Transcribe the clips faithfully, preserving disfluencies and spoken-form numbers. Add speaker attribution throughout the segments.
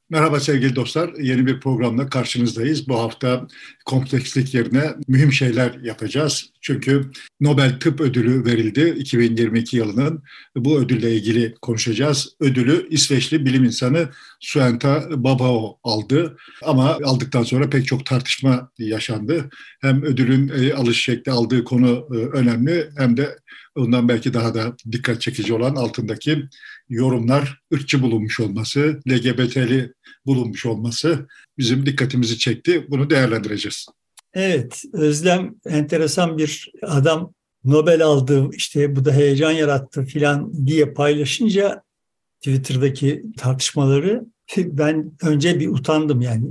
Speaker 1: Merhaba sevgili dostlar. Yeni bir programla karşınızdayız. Bu hafta komplekslik yerine mühim şeyler yapacağız. Çünkü Nobel Tıp Ödülü verildi iki bin yirmi iki yılının. Bu ödülle ilgili konuşacağız. Ödülü İsveçli bilim insanı Suenta Babao aldı. Ama aldıktan sonra pek çok tartışma yaşandı. Hem ödülün e, alış şekli, aldığı konu e, önemli, hem de ondan belki daha da dikkat çekici olan altındaki yorumlar, ırkçı bulunmuş olması, L G B T'li bulunmuş olması bizim dikkatimizi çekti. Bunu değerlendireceğiz.
Speaker 2: Evet, Özlem enteresan bir adam. Nobel aldı, işte bu da heyecan yarattı filan diye paylaşınca Twitter'daki tartışmaları ben önce bir utandım yani.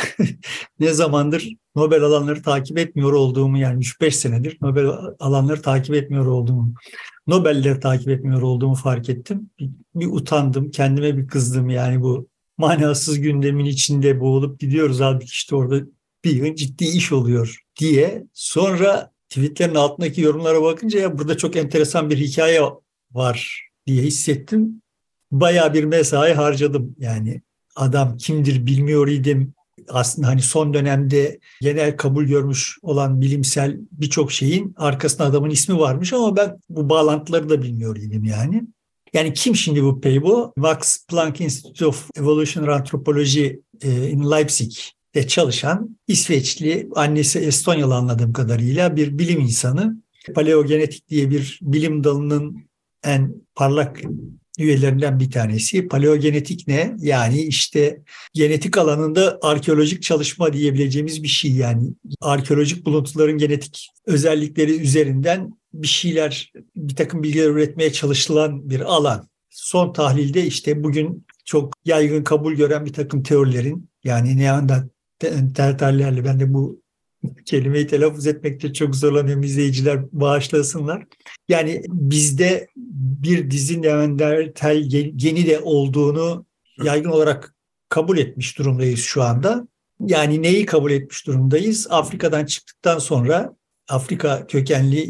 Speaker 2: Ne zamandır Nobel alanları takip etmiyor olduğumu, yani üç beş senedir Nobel alanları takip etmiyor olduğumu, Nobel'leri takip etmiyor olduğumu fark ettim. Bir, bir utandım, kendime bir kızdım yani, bu manasız gündemin içinde boğulup gidiyoruz. Halbuki işte orada bir ciddi iş oluyor diye. Sonra tweetlerin altındaki yorumlara bakınca ya burada çok enteresan bir hikaye var diye hissettim. Bayağı bir mesai harcadım. Yani adam kimdir bilmiyor idim. Aslında hani son dönemde genel kabul görmüş olan bilimsel birçok şeyin arkasında adamın ismi varmış ama ben bu bağlantıları da bilmiyor idim yani. Yani kim şimdi bu Peybo? Max Planck Institute of Evolutionary Anthropology in Leipzig'te çalışan İsveçli, annesi Estonyalı anladığım kadarıyla bir bilim insanı. Paleogenetik diye bir bilim dalının en parlak üyelerinden bir tanesi. Paleogenetik ne? Yani işte genetik alanında arkeolojik çalışma diyebileceğimiz bir şey. Yani arkeolojik buluntuların genetik özellikleri üzerinden bir şeyler, bir takım bilgiler üretmeye çalışılan bir alan. Son tahlilde işte bugün çok yaygın kabul gören bir takım teorilerin, yani Neandertallerle, ben de bu kelimeyi telaffuz etmekte çok zorlanıyorum, izleyiciler bağışlasınlar. Yani bizde bir dizi Neandertal geni de olduğunu yaygın olarak kabul etmiş durumdayız şu anda. Yani neyi kabul etmiş durumdayız? Afrika'dan çıktıktan sonra Afrika kökenli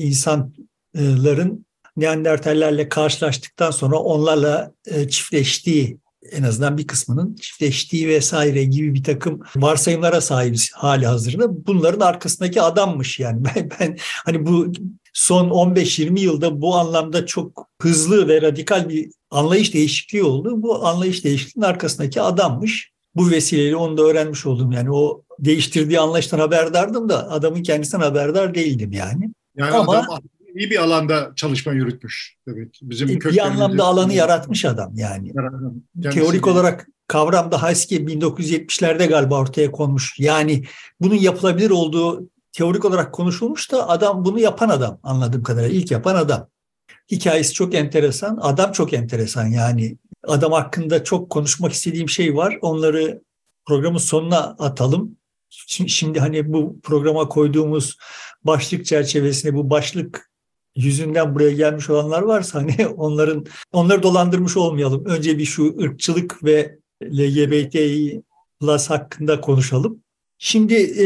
Speaker 2: insanların Neandertallerle karşılaştıktan sonra onlarla çiftleştiği, en azından bir kısmının çiftleştiği vesaire gibi bir takım varsayımlara sahibiz hali hazırda. Bunların arkasındaki adammış yani. Ben, ben hani bu son on beş yirmi yılda bu anlamda çok hızlı ve radikal bir anlayış değişikliği oldu. Bu anlayış değişikliğinin arkasındaki adammış. Bu vesileyle onu da öğrenmiş oldum. Yani o değiştirdiği anlayıştan haberdardım da adamın kendisinden haberdar değildim yani.
Speaker 1: Yani
Speaker 2: Ama
Speaker 1: adam iyi bir alanda çalışma yürütmüş. Evet, bizim
Speaker 2: bir anlamda
Speaker 1: köklerimizi
Speaker 2: alanı yaratmış adam yani.
Speaker 1: kendisi
Speaker 2: Teorik
Speaker 1: değil.
Speaker 2: olarak kavram daha eski, bin dokuz yüz yetmişlerde galiba ortaya konmuş. Yani bunun yapılabilir olduğu teorik olarak konuşulmuş da adam bunu yapan adam, anladığım kadarıyla ilk yapan adam. Hikayesi çok enteresan, adam çok enteresan yani. Adam hakkında çok konuşmak istediğim şey var. Onları programın sonuna atalım. Şimdi hani bu programa koyduğumuz başlık çerçevesinde, bu başlık yüzünden buraya gelmiş olanlar varsa hani onların onları dolandırmış olmayalım. Önce bir şu ırkçılık ve L G B T plus hakkında konuşalım. Şimdi e,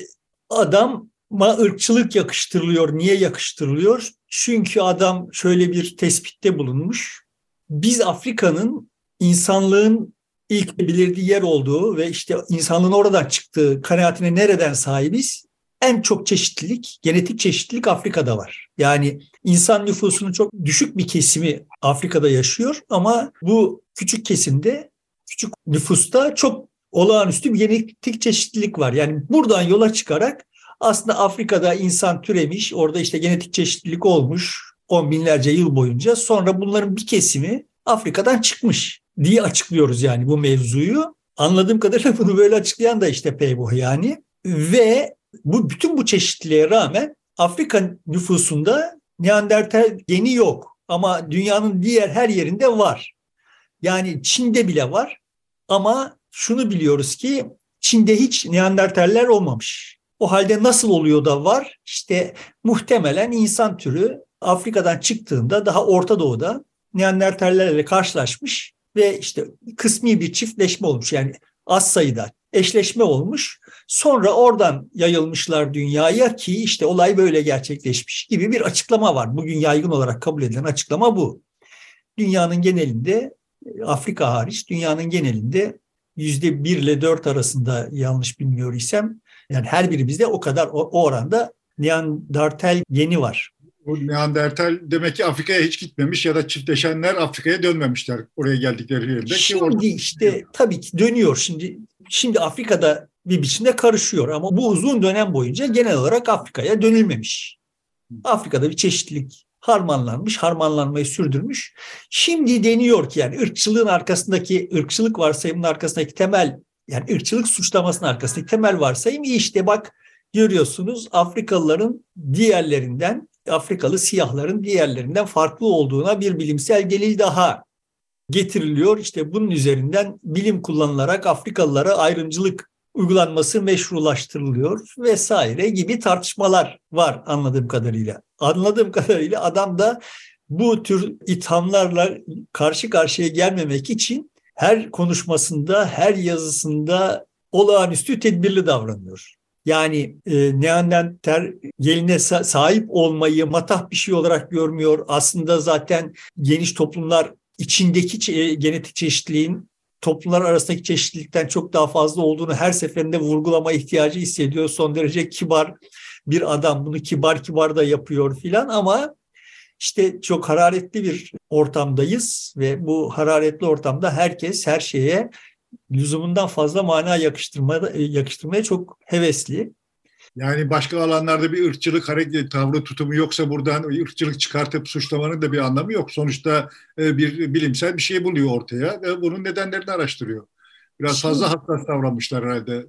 Speaker 2: adama ırkçılık yakıştırılıyor. Niye yakıştırılıyor? Çünkü adam şöyle bir tespitte bulunmuş. Biz Afrika'nın insanlığın ilk belirdiği yer olduğu ve işte insanlığın oradan çıktığı kanaatine nereden sahibiz? En çok çeşitlilik, genetik çeşitlilik Afrika'da var. Yani insan nüfusunun çok düşük bir kesimi Afrika'da yaşıyor ama bu küçük kesimde, küçük nüfusta çok olağanüstü bir genetik çeşitlilik var. Yani buradan yola çıkarak aslında Afrika'da insan türemiş, orada işte genetik çeşitlilik olmuş on binlerce yıl boyunca. Sonra bunların bir kesimi Afrika'dan çıkmış diye açıklıyoruz yani bu mevzuyu. Anladığım kadarıyla bunu böyle açıklayan da işte Peybo yani. Ve bu bütün bu çeşitliliğe rağmen Afrika nüfusunda Neandertal geni yok. Ama dünyanın diğer her yerinde var. Yani Çin'de bile var. Ama şunu biliyoruz ki Çin'de hiç Neandertaller olmamış. O halde nasıl oluyor da var? İşte muhtemelen insan türü Afrika'dan çıktığında daha Orta Doğu'da Neandertallerle karşılaşmış ve işte kısmi bir çiftleşme olmuş. Yani az sayıda eşleşme olmuş. Sonra oradan yayılmışlar dünyaya ki işte olay böyle gerçekleşmiş gibi bir açıklama var. Bugün yaygın olarak kabul edilen açıklama bu. Dünyanın genelinde, Afrika hariç dünyanın genelinde yüzde bir ile dört arasında yanlış bilmiyor isem, yani her birimizde o kadar o, o oranda Neandertal geni var.
Speaker 1: Bu Neandertal demek ki Afrika'ya hiç gitmemiş ya da çiftleşenler Afrika'ya dönmemişler oraya geldikleri yerinde ki orada.
Speaker 2: Şimdi işte tabii ki dönüyor. Şimdi şimdi Afrika'da bir biçimde karışıyor ama bu uzun dönem boyunca genel olarak Afrika'ya dönülmemiş. Afrika'da bir çeşitlilik harmanlanmış, harmanlanmayı sürdürmüş. Şimdi deniyor ki yani ırkçılığın arkasındaki, ırkçılık varsayımının arkasındaki temel, yani ırkçılık suçlamasının arkasındaki temel varsayım işte bak görüyorsunuz Afrikalıların diğerlerinden, Afrikalı siyahların diğerlerinden farklı olduğuna bir bilimsel delil daha getiriliyor. İşte bunun üzerinden bilim kullanılarak Afrikalılara ayrımcılık uygulanması meşrulaştırılıyor vesaire gibi tartışmalar var anladığım kadarıyla. Anladığım kadarıyla adam da bu tür ithamlarla karşı karşıya gelmemek için her konuşmasında, her yazısında olağanüstü tedbirli davranıyor. Yani e, Neandertal geline sa- sahip olmayı matah bir şey olarak görmüyor. Aslında zaten geniş toplumlar içindeki çe- genetik çeşitliliğin toplumlar arasındaki çeşitlilikten çok daha fazla olduğunu her seferinde vurgulama ihtiyacı hissediyor. Son derece kibar bir adam, bunu kibar kibar da yapıyor filan ama işte çok hararetli bir ortamdayız ve bu hararetli ortamda herkes her şeye lüzumundan fazla mana yakıştırmaya, yakıştırmaya çok hevesli.
Speaker 1: Yani başka alanlarda bir ırkçılık hareket tavrı tutumu yoksa buradan ırkçılık çıkartıp suçlamanın da bir anlamı yok. Sonuçta e, bir bilimsel bir şey buluyor ortaya ve bunun nedenlerini araştırıyor. Biraz
Speaker 2: Şimdi,
Speaker 1: fazla hassas davranmışlar herhalde.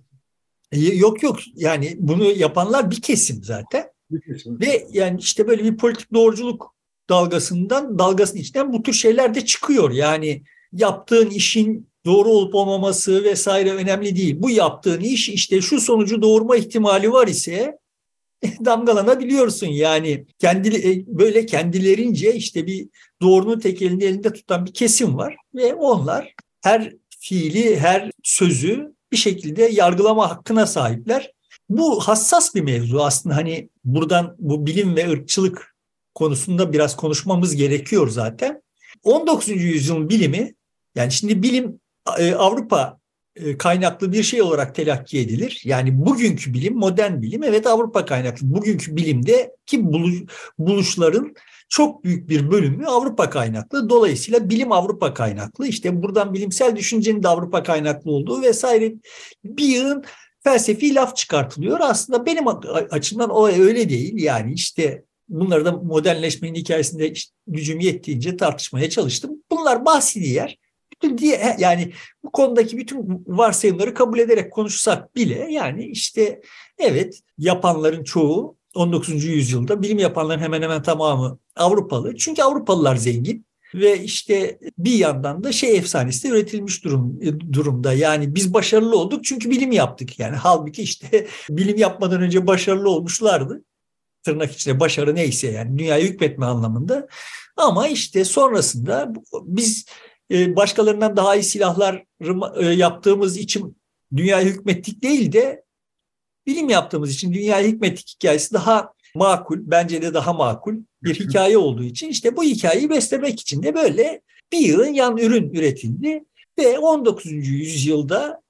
Speaker 2: yok yok yani bunu yapanlar bir kesim zaten.
Speaker 1: Bir kesim.
Speaker 2: Ve yani işte böyle bir politik doğruculuk dalgasından, dalgasının içinden bu tür şeyler de çıkıyor. Yani yaptığın işin doğru olup olmaması vesaire önemli değil. Bu yaptığın iş işte şu sonucu doğurma ihtimali var ise damgalanabiliyorsun. Yani kendi böyle kendilerince işte bir doğrunun tek elini elinde tutan bir kesim var ve onlar her fiili, her sözü bir şekilde yargılama hakkına sahipler. Bu hassas bir mevzu aslında, hani buradan bu bilim ve ırkçılık konusunda biraz konuşmamız gerekiyor zaten. on dokuzuncu yüzyılın bilimi, yani şimdi bilim Avrupa kaynaklı bir şey olarak telakki edilir. Yani bugünkü bilim, modern bilim evet Avrupa kaynaklı. Bugünkü bilimdeki buluşların çok büyük bir bölümü Avrupa kaynaklı. Dolayısıyla bilim Avrupa kaynaklı. İşte buradan bilimsel düşüncenin de Avrupa kaynaklı olduğu vesaire bir yığın felsefi laf çıkartılıyor. Aslında benim açımdan o öyle değil. Yani işte bunları da modernleşmenin hikayesinde işte gücüm yettiğince tartışmaya çalıştım. Bunlar bahsi yer. Bütün diye yani bu konudaki bütün varsayımları kabul ederek konuşsak bile yani işte evet yapanların çoğu on dokuzuncu yüzyılda bilim yapanların hemen hemen tamamı Avrupalı. Çünkü Avrupalılar zengin ve işte bir yandan da şey efsanesi de üretilmiş durum, durumda. Yani biz başarılı olduk çünkü bilim yaptık. Yani halbuki işte bilim yapmadan önce başarılı olmuşlardı. Tırnak içinde başarı neyse yani dünyaya hükmetme anlamında. Ama işte sonrasında biz başkalarından daha iyi silahlar yaptığımız için dünyaya hükmettik değil de bilim yaptığımız için dünyaya hükmettik hikayesi daha makul, bence de daha makul bir hikaye olduğu için işte bu hikayeyi beslemek için de böyle bir yığın yan ürün üretildi ve on dokuzuncu yüzyılda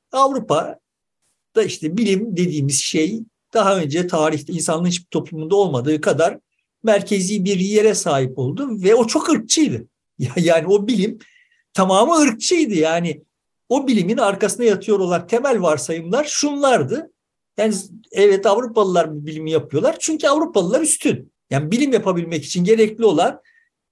Speaker 2: Avrupa'da işte bilim dediğimiz şey daha önce tarihte insanlığın hiçbir toplumunda olmadığı kadar merkezi bir yere sahip oldu ve o çok ırkçıydı. Yani o bilim tamamı ırkçıydı. Yani o bilimin arkasında yatıyor olan temel varsayımlar şunlardı. Yani evet Avrupalılar bu bilimi yapıyorlar çünkü Avrupalılar üstün. Yani bilim yapabilmek için gerekli olan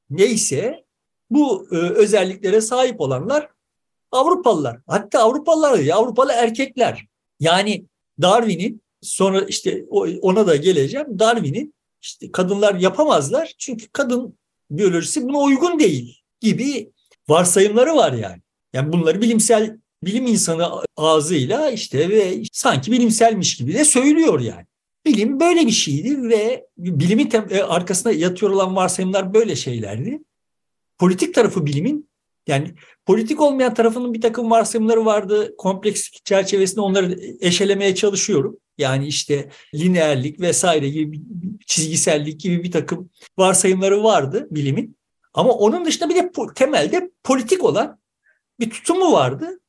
Speaker 2: neyse bu e, özelliklere sahip olanlar Avrupalılar. Hatta Avrupalılar değil, Avrupalı erkekler. Yani Darwin'in sonra işte ona da geleceğim. Darwin'in işte kadınlar yapamazlar çünkü kadın biyolojisi buna uygun değil gibi varsayımları var yani. Yani bunları bilimsel bilim insanı ağzıyla işte ve sanki bilimselmiş gibi de söylüyor yani. Bilim böyle bir şeydi ve bilimin arkasında yatıyor olan varsayımlar böyle şeylerdi. Politik tarafı bilimin, yani politik olmayan tarafının bir takım varsayımları vardı. Komplekslik çerçevesinde onları eşelemeye çalışıyorum. Yani işte lineerlik vesaire gibi, çizgisellik gibi bir takım varsayımları vardı bilimin. Ama onun dışında bir de temelde politik olan bir tutumu vardı.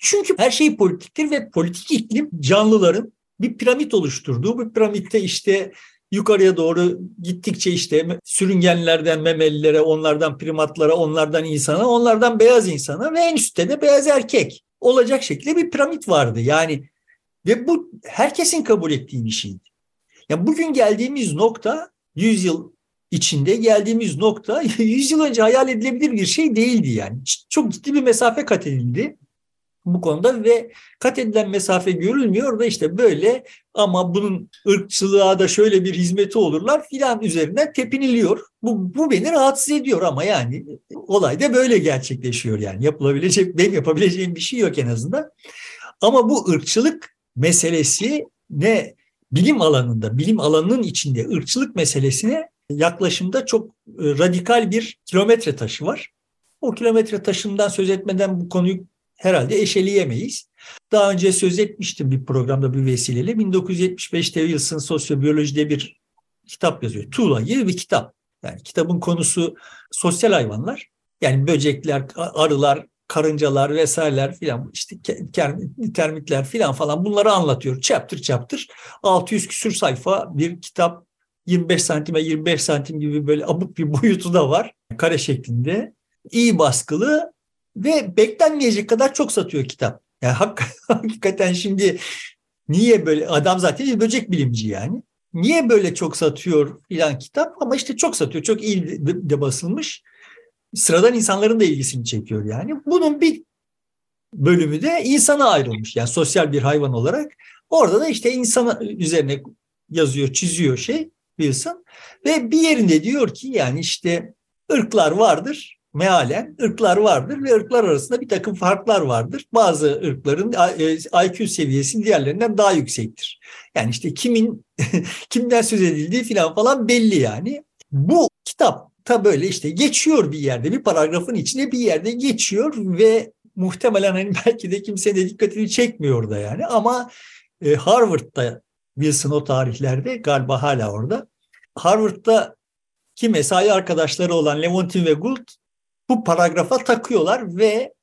Speaker 2: Çünkü her şey politiktir ve politik iklim canlıların bir piramit oluşturduğu, bu piramitte işte yukarıya doğru gittikçe işte sürüngenlerden memelilere, onlardan primatlara, onlardan insana, onlardan beyaz insana ve en üstte de beyaz erkek olacak şekilde bir piramit vardı. Yani ve bu herkesin kabul ettiği bir şeydi. Yani bugün geldiğimiz nokta, yüz yıl içinde geldiğimiz nokta yüz yıl önce hayal edilebilir bir şey değildi yani. Çok ciddi bir mesafe kat edildi bu konuda ve kat edilen mesafe görülmüyor da işte böyle, ama bunun ırkçılığa da şöyle bir hizmeti olurlar filan üzerinden tepiniliyor. Bu, bu beni rahatsız ediyor ama yani olay da böyle gerçekleşiyor yani. Yapılabilecek, benim yapabileceğim bir şey yok en azından. Ama bu ırkçılık meselesi ne bilim alanında, bilim alanının içinde ırkçılık meselesine yaklaşımda çok radikal bir kilometre taşı var. O kilometre taşından söz etmeden bu konuyu herhalde eşeleyemeyiz. Daha önce söz etmiştim bir programda bir vesileyle. bin dokuz yüz yetmiş beşte Wilson Sosyobiyolojide bir kitap yazıyor. Tuğla gibi bir kitap. Yani kitabın konusu sosyal hayvanlar. Yani böcekler, arılar, karıncalar vesaireler filan, işte termitler filan falan, bunları anlatıyor. Chapter chapter. altı yüz küsür sayfa bir kitap. yirmi beş santime yirmi beş santim gibi böyle abuk bir boyutu da var. Kare şeklinde. İyi baskılı ve beklenmeyecek kadar çok satıyor kitap. Yani hak, hakikaten şimdi niye böyle, adam zaten bir böcek bilimci yani. Niye böyle çok satıyor filan kitap, ama işte çok satıyor. Çok iyi de, de basılmış. Sıradan insanların da ilgisini çekiyor yani. Bunun bir bölümü de insana ayrılmış. Yani sosyal bir hayvan olarak. Orada da işte insana üzerine yazıyor, çiziyor şey Wilson. Ve bir yerinde diyor ki yani işte ırklar vardır. Mealen ırklar vardır ve ırklar arasında bir takım farklar vardır. Bazı ırkların I Q seviyesi diğerlerinden daha yüksektir. Yani işte kimin kimden söz edildiği falan falan belli yani. Bu kitapta böyle işte geçiyor bir yerde, bir paragrafın içine bir yerde geçiyor ve muhtemelen hani belki de kimsenin de dikkatini çekmiyor da yani, ama Harvard'da Wilson o tarihlerde galiba hala orada. Harvard'da ki mesai arkadaşları olan Lemontine ve Gould bu paragrafa takıyorlar ve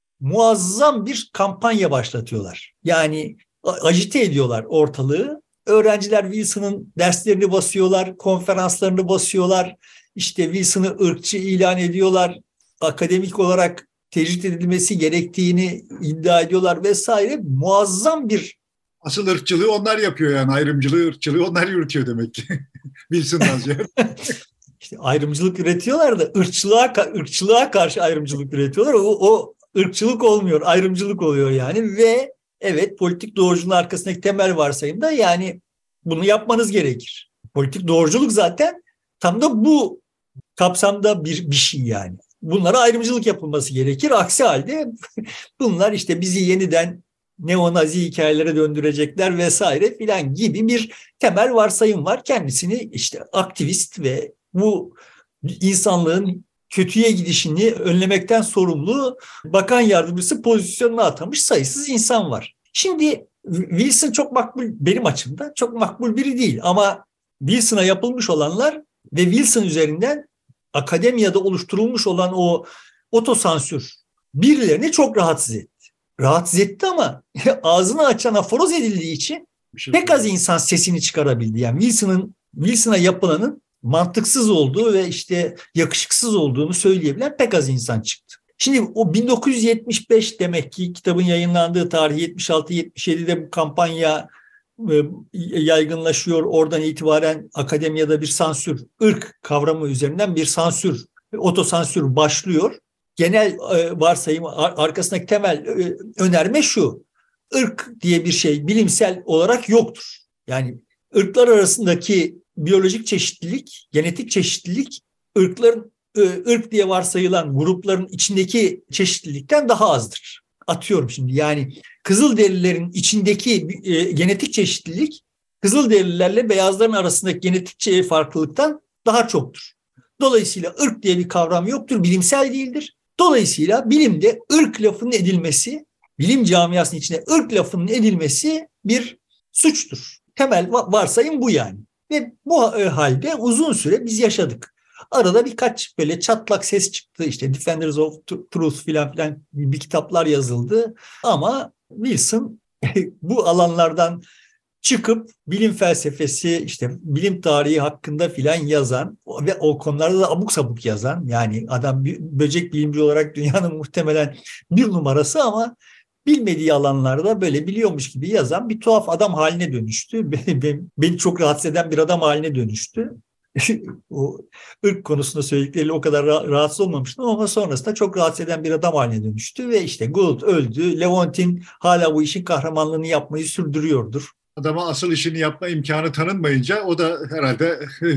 Speaker 2: muazzam bir kampanya başlatıyorlar. Yani agite ediyorlar ortalığı. Öğrenciler Wilson'ın derslerini basıyorlar, konferanslarını basıyorlar. İşte Wilson'ı ırkçı ilan ediyorlar. Akademik olarak tecrit edilmesi gerektiğini iddia ediyorlar vesaire. Muazzam bir...
Speaker 1: Asıl ırkçılığı onlar yapıyor yani. Ayrımcılığı, ırkçılığı onlar yürütüyor demek ki. Wilson'dan ziyade.
Speaker 2: İşte ayrımcılık üretiyorlar da ırkçılığa, ırkçılığa karşı ayrımcılık üretiyorlar. O, o ırkçılık olmuyor, ayrımcılık oluyor yani. Ve evet, politik doğruculuğun arkasındaki temel varsayım da yani bunu yapmanız gerekir. Politik doğruculuk zaten tam da bu kapsamda bir, bir şey yani. Bunlara ayrımcılık yapılması gerekir. Aksi halde bunlar işte bizi yeniden neonazi hikayelere döndürecekler vesaire filan gibi bir temel varsayım var. Kendisini işte aktivist ve bu insanlığın kötüye gidişini önlemekten sorumlu bakan yardımcısı pozisyonuna atamış sayısız insan var. Şimdi Wilson çok makbul, benim açımdan çok makbul biri değil, ama Wilson'a yapılmış olanlar ve Wilson üzerinden akademiyada oluşturulmuş olan o otosansür birilerini çok rahatsız etti. Rahatsız etti ama ağzını açan aforoz edildiği için şey pek az insan sesini çıkarabildi. Yani Wilson'ın Wilson'a yapılanın mantıksız olduğu ve işte yakışıksız olduğunu söyleyebilen pek az insan çıktı. Şimdi o bin dokuz yüz yetmiş beş demek ki kitabın yayınlandığı tarih, yetmiş altı yetmiş yedide bu kampanya yaygınlaşıyor. Oradan itibaren akademiyada bir sansür, ırk kavramı üzerinden bir sansür, otosansür başlıyor. Genel varsayım, arkasındaki temel önerme şu: ırk diye bir şey bilimsel olarak yoktur. Yani ırklar arasındaki biyolojik çeşitlilik, genetik çeşitlilik ırkların ırk diye varsayılan grupların içindeki çeşitlilikten daha azdır. Atıyorum şimdi, yani Kızılderililerin içindeki e, genetik çeşitlilik Kızılderililerle beyazların arasındaki genetik farklılıktan daha çoktur. Dolayısıyla ırk diye bir kavram yoktur, bilimsel değildir. Dolayısıyla bilimde ırk lafının edilmesi, bilim camiasının içine ırk lafının edilmesi bir suçtur. Temel varsayım bu yani. Ve bu halde uzun süre biz yaşadık. Arada birkaç böyle çatlak ses çıktı. İşte Defenders of Truth filan filan bir kitaplar yazıldı. Ama Wilson bu alanlardan çıkıp bilim felsefesi, işte bilim tarihi hakkında filan yazan ve o konularda da abuk sabuk yazan, yani adam bir böcek bilimci olarak dünyanın muhtemelen bir numarası ama bilmediği alanlarda böyle biliyormuş gibi yazan bir tuhaf adam haline dönüştü. Beni, beni, beni çok rahatsız eden bir adam haline dönüştü. O ırk konusunda söyledikleriyle o kadar rahatsız olmamıştım ama sonrasında çok rahatsız eden bir adam haline dönüştü ve işte Gould öldü. Leontin hala bu işin kahramanlığını yapmayı sürdürüyordur.
Speaker 1: Adama asıl işini yapma imkanı tanınmayınca o da herhalde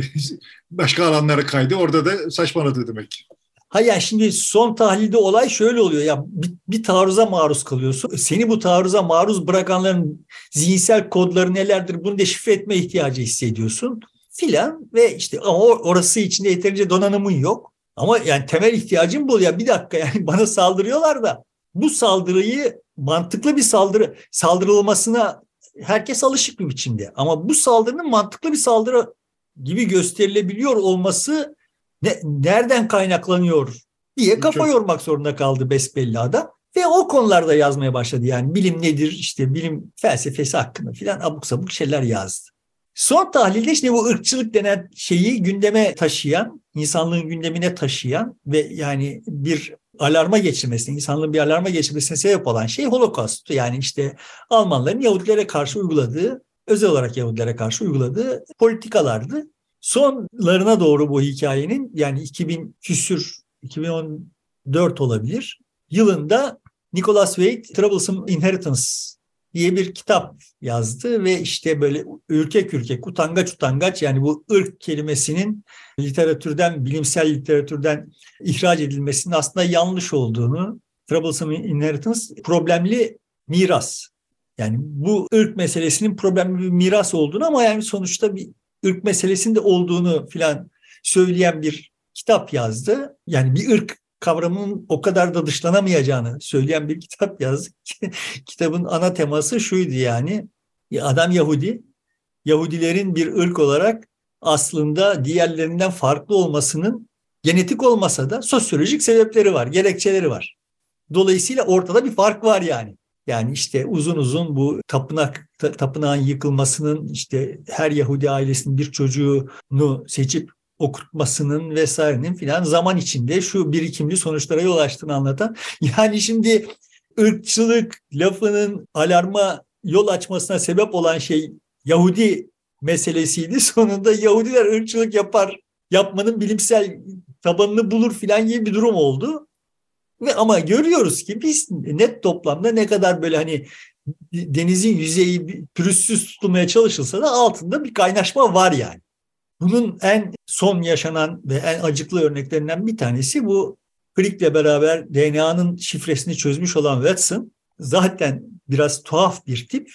Speaker 1: başka alanlara kaydı. Orada da saçmaladı demek.
Speaker 2: Hayır, yani şimdi son tahlilde olay şöyle oluyor. Ya bir, bir taarruza maruz kalıyorsun. Seni bu taarruza maruz bırakanların zihinsel kodları nelerdir bunu deşifre etme ihtiyacı hissediyorsun filan ve işte ama orası içinde yeterince donanımın yok. Ama yani temel ihtiyacım bu. Ya bir dakika, yani bana saldırıyorlar da bu saldırıyı mantıklı bir saldırı saldırılmasına herkes alışık bir biçimde. Ama bu saldırının mantıklı bir saldırı gibi gösterilebiliyor olması ne, nereden kaynaklanıyor diye kafa Çok... yormak zorunda kaldı besbelli adam. Ve o konularda yazmaya başladı. Yani bilim nedir, işte bilim felsefesi hakkında filan abuk sabuk şeyler yazdı. Son tahlilde işte bu ırkçılık denen şeyi gündeme taşıyan, insanlığın gündemine taşıyan ve yani bir alarma geçirmesine, insanlığın bir alarma geçirmesine sebep olan şey Holocaust. Yani işte Almanların Yahudilere karşı uyguladığı, özel olarak Yahudilere karşı uyguladığı politikalardı. Sonlarına doğru bu hikayenin, yani iki bin küsür, iki bin on dört olabilir yılında Nicholas Wade Troublesome Inheritance diye bir kitap yazdı ve işte böyle ürkek ürkek, utangaç utangaç, yani bu ırk kelimesinin literatürden, bilimsel literatürden ihraç edilmesinin aslında yanlış olduğunu, Troublesome Inheritance, problemli miras. Yani bu ırk meselesinin problemli bir miras olduğunu ama yani sonuçta bir ırk meselesinde olduğunu filan söyleyen bir kitap yazdı. Yani bir ırk kavramının o kadar da dışlanamayacağını söyleyen bir kitap yazdı. Kitabın ana teması şuydu yani. Adam Yahudi. Yahudilerin bir ırk olarak aslında diğerlerinden farklı olmasının genetik olmasa da sosyolojik sebepleri var, gerekçeleri var. Dolayısıyla ortada bir fark var yani. Yani işte uzun uzun bu tapınak tapınağın yıkılmasının, işte her Yahudi ailesinin bir çocuğunu seçip okutmasının vesairenin filan zaman içinde şu birikimli sonuçlara yol açtığını anlatan. Yani şimdi ırkçılık lafının alarma yol açmasına sebep olan şey Yahudi meselesiydi. Sonunda Yahudiler ırkçılık yapar, yapmanın bilimsel tabanını bulur filan gibi bir durum oldu. Ve ama görüyoruz ki biz net toplamda ne kadar böyle hani denizin yüzeyi pürüzsüz tutulmaya çalışılsa da altında bir kaynaşma var yani. Bunun en son yaşanan ve en acıklı örneklerinden bir tanesi bu Crick'le beraber D N A'nın şifresini çözmüş olan Watson. Zaten biraz tuhaf bir tip.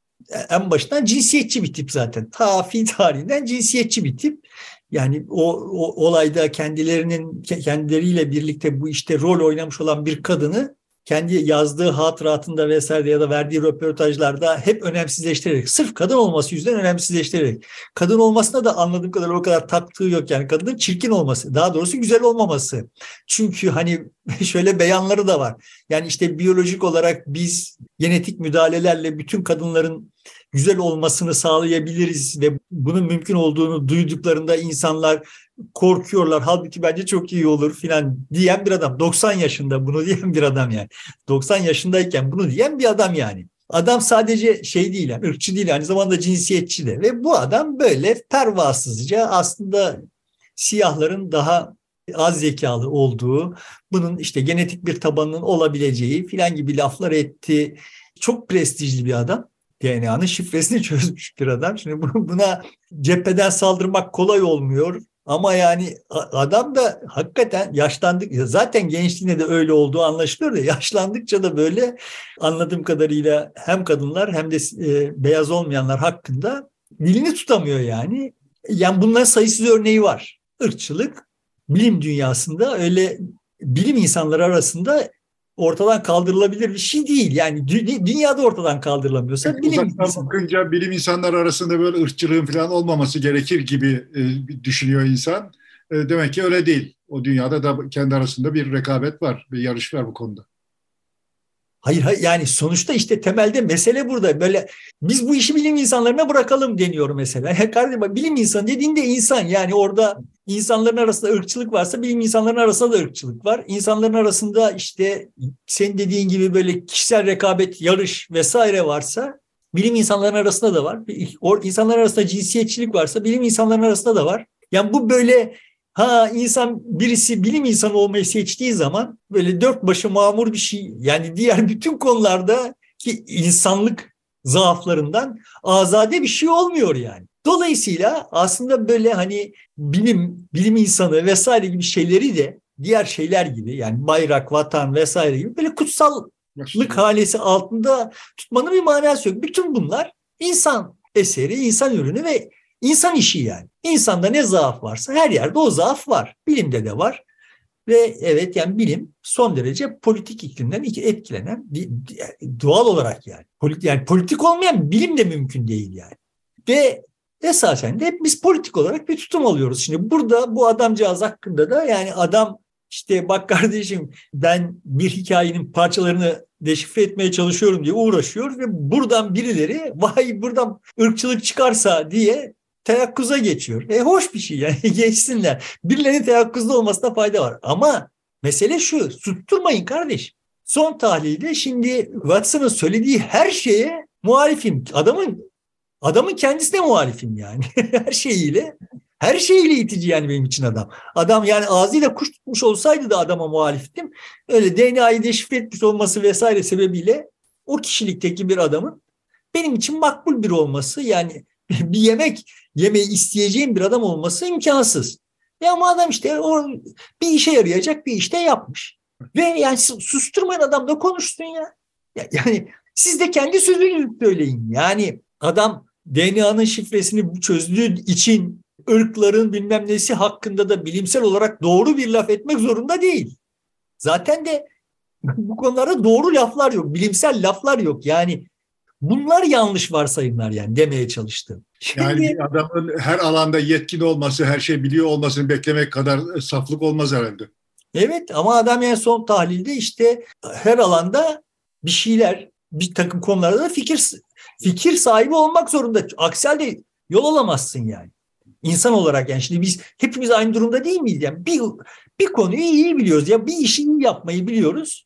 Speaker 2: En baştan cinsiyetçi bir tip zaten. Ta fi tarihinden cinsiyetçi bir tip. Yani o, o olayda kendilerinin kendileriyle birlikte bu işte rol oynamış olan bir kadını kendi yazdığı hatıratında vesaire ya da verdiği röportajlarda hep önemsizleştirerek, sırf kadın olması yüzünden önemsizleştirerek, kadın olmasına da anladığım kadarıyla o kadar taktığı yok, yani kadının çirkin olması, daha doğrusu güzel olmaması. Çünkü hani şöyle beyanları da var. Yani işte biyolojik olarak biz genetik müdahalelerle bütün kadınların güzel olmasını sağlayabiliriz ve bunun mümkün olduğunu duyduklarında insanlar korkuyorlar. Halbuki bence çok iyi olur filan diyen bir adam. doksan yaşında bunu diyen bir adam yani. doksan yaşındayken bunu diyen bir adam yani. Adam sadece şey değil, yani ırkçı değil, aynı zamanda cinsiyetçi de. Ve bu adam böyle pervasızca aslında siyahların daha az zekalı olduğu, bunun işte genetik bir tabanının olabileceği filan gibi laflar etti. Çok prestijli bir adam. D N A'nın şifresini çözmüş bir adam. Şimdi buna cepheden saldırmak kolay olmuyor. Ama yani adam da hakikaten yaşlandık. Zaten gençliğinde de öyle olduğu anlaşılıyor da yaşlandıkça da böyle, anladığım kadarıyla hem kadınlar hem de e, beyaz olmayanlar hakkında dilini tutamıyor yani. Yani bunların sayısız örneği var. Irkçılık bilim dünyasında öyle bilim insanları arasında ortadan kaldırılabilir bir şey değil. Yani dü- dünyada ortadan kaldırılamıyorsa
Speaker 1: yani
Speaker 2: bilim
Speaker 1: uzaktan
Speaker 2: insanı.
Speaker 1: bakınca bilim insanları arasında böyle ırkçılığın falan olmaması gerekir gibi e, düşünüyor insan. E, demek ki öyle değil. O dünyada da kendi arasında bir rekabet var, bir yarış var bu konuda.
Speaker 2: Hayır, hayır yani sonuçta işte temelde mesele burada. Böyle biz bu işi bilim insanlarına bırakalım deniyor mesela. Kardeşim bak, bilim insanı dediğinde insan, yani orada insanların arasında ırkçılık varsa bilim insanların arasında da ırkçılık var. İnsanların arasında işte senin dediğin gibi böyle kişisel rekabet, yarış vesaire varsa bilim insanların arasında da var. İnsanların arasında cinsiyetçilik varsa bilim insanların arasında da var. Yani bu böyle, ha insan birisi bilim insanı olmayı seçtiği zaman böyle dört başı mamur bir şey, yani diğer bütün konularda ki insanlık zaaflarından azade bir şey olmuyor yani. Dolayısıyla aslında böyle hani bilim, bilim insanı vesaire gibi şeyleri de diğer şeyler gibi, yani bayrak, vatan vesaire gibi böyle kutsallık halesi altında tutmanın bir manası yok. Bütün bunlar insan eseri, insan ürünü ve İnsan işi yani. İnsanda ne zaaf varsa her yerde o zaaf var. Bilimde de var. Ve evet, yani bilim son derece politik iklimden etkilenen bir, doğal olarak yani. Politik, yani politik olmayan bilim de mümkün değil yani. Ve esasen de hep biz politik olarak bir tutum alıyoruz. Şimdi burada bu adamcağız hakkında da, yani adam işte bak kardeşim ben bir hikayenin parçalarını deşifre etmeye çalışıyorum diye uğraşıyor ve buradan birileri vay buradan ırkçılık çıkarsa diye teyakkuza geçiyor. E hoş bir şey yani, geçsinler. Birilerinin teyakkuzda olmasına fayda var. Ama mesele şu, susturmayın kardeş. Son tahlilde şimdi Watson'ın söylediği her şeye muhalifim. Adamın adamın kendisine muhalifim yani. Her şeyiyle. Her şeyiyle itici yani benim için adam. Adam yani ağzıyla kuş tutmuş olsaydı da adama muhaliftim. Öyle D N A'yı deşifre etmiş olması vesaire sebebiyle o kişilikteki bir adamın benim için makbul biri olması, yani bir yemek yemeyi isteyeceğim bir adam olması imkansız. E ama adam işte o bir işe yarayacak bir işte yapmış. Ve yani susturmayan adam da konuşsun ya. Yani siz de kendi sözünüzü söyleyin. Yani adam D N A'nın şifresini çözdüğü için ırkların bilmem nesi hakkında da bilimsel olarak doğru bir laf etmek zorunda değil. Zaten de bu konularda doğru laflar yok. Bilimsel laflar yok. Yani bunlar yanlış varsayımlar yani demeye çalıştım.
Speaker 1: Şimdi, yani bir adamın her alanda yetkin olması, her şey biliyor olmasını beklemek kadar saflık olmaz herhalde.
Speaker 2: Evet ama adam en son tahlilde işte her alanda bir şeyler, bir takım konularda da fikir fikir sahibi olmak zorunda. Aksi halde yol alamazsın yani. İnsan olarak yani şimdi biz hepimiz aynı durumda değil miyiz? Yani bir, bir konuyu iyi biliyoruz. Ya bir işi iyi yapmayı biliyoruz.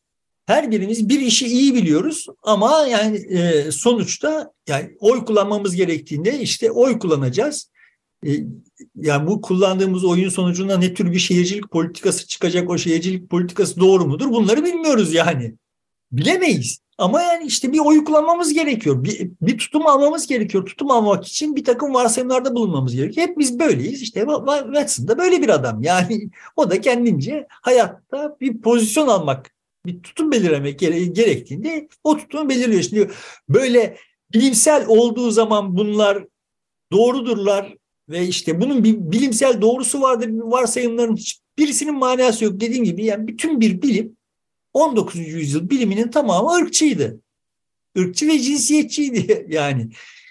Speaker 2: Her birimiz bir işi iyi biliyoruz ama yani e, sonuçta yani oy kullanmamız gerektiğinde işte oy kullanacağız. E, yani bu kullandığımız oyun sonucunda ne tür bir şehircilik politikası çıkacak, o şehircilik politikası doğru mudur? Bunları bilmiyoruz yani. Bilemeyiz. Ama yani işte bir oy kullanmamız gerekiyor. Bir, bir tutum almamız gerekiyor. Tutum almak için bir takım varsayımlarda bulunmamız gerekiyor. Hep biz böyleyiz. İşte Watson da böyle bir adam. Yani o da kendince hayatta bir pozisyon almak, bir tutum belirlemek gerektiğinde o tutumu belirliyor. Şimdi böyle bilimsel olduğu zaman bunlar doğrudurlar ve işte bunun bir bilimsel doğrusu vardır. Varsayımların hiçbirisinin manası yok. Dediğim gibi yani bütün bir bilim on dokuzuncu yüzyıl biliminin tamamı ırkçıydı. Irkçı ve cinsiyetçiydi yani.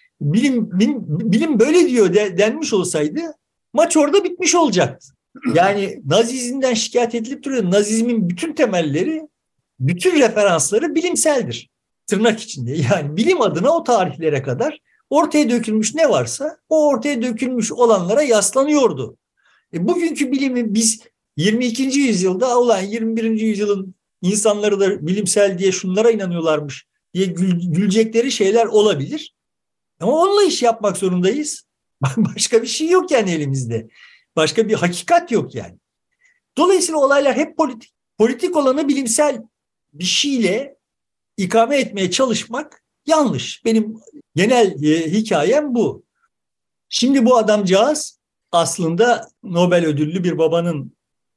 Speaker 2: Bilim, bilim, bilim böyle diyor de, denmiş olsaydı maç orada bitmiş olacaktı. Yani Nazizmden şikayet edilip duruyor. Nazizmin bütün temelleri, bütün referansları bilimseldir. Tırnak içinde. Yani bilim adına o tarihlere kadar ortaya dökülmüş ne varsa o ortaya dökülmüş olanlara yaslanıyordu. E, bugünkü bilimi biz yirmi ikinci yüzyılda olan yirmi birinci yüzyılın insanları da bilimsel diye şunlara inanıyorlarmış diye gül, gülecekleri şeyler olabilir. Ama onunla iş yapmak zorundayız. Başka bir şey yok yani elimizde. Başka bir hakikat yok yani. Dolayısıyla olaylar hep politik. Politik olanı bilimsel bir şeyle ikame etmeye çalışmak yanlış. Benim genel e, hikayem bu. Şimdi bu adamcağız aslında Nobel ödüllü bir babanın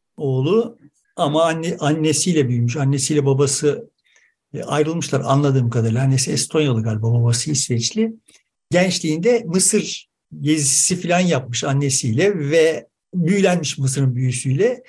Speaker 2: oğlu ama anne, annesiyle büyümüş. Annesiyle babası e, ayrılmışlar anladığım kadarıyla. Annesi Estonyalı galiba, babası İsveçli. Gençliğinde Mısır gezisi falan yapmış annesiyle ve büyülenmiş Mısır'ın büyüsüyle.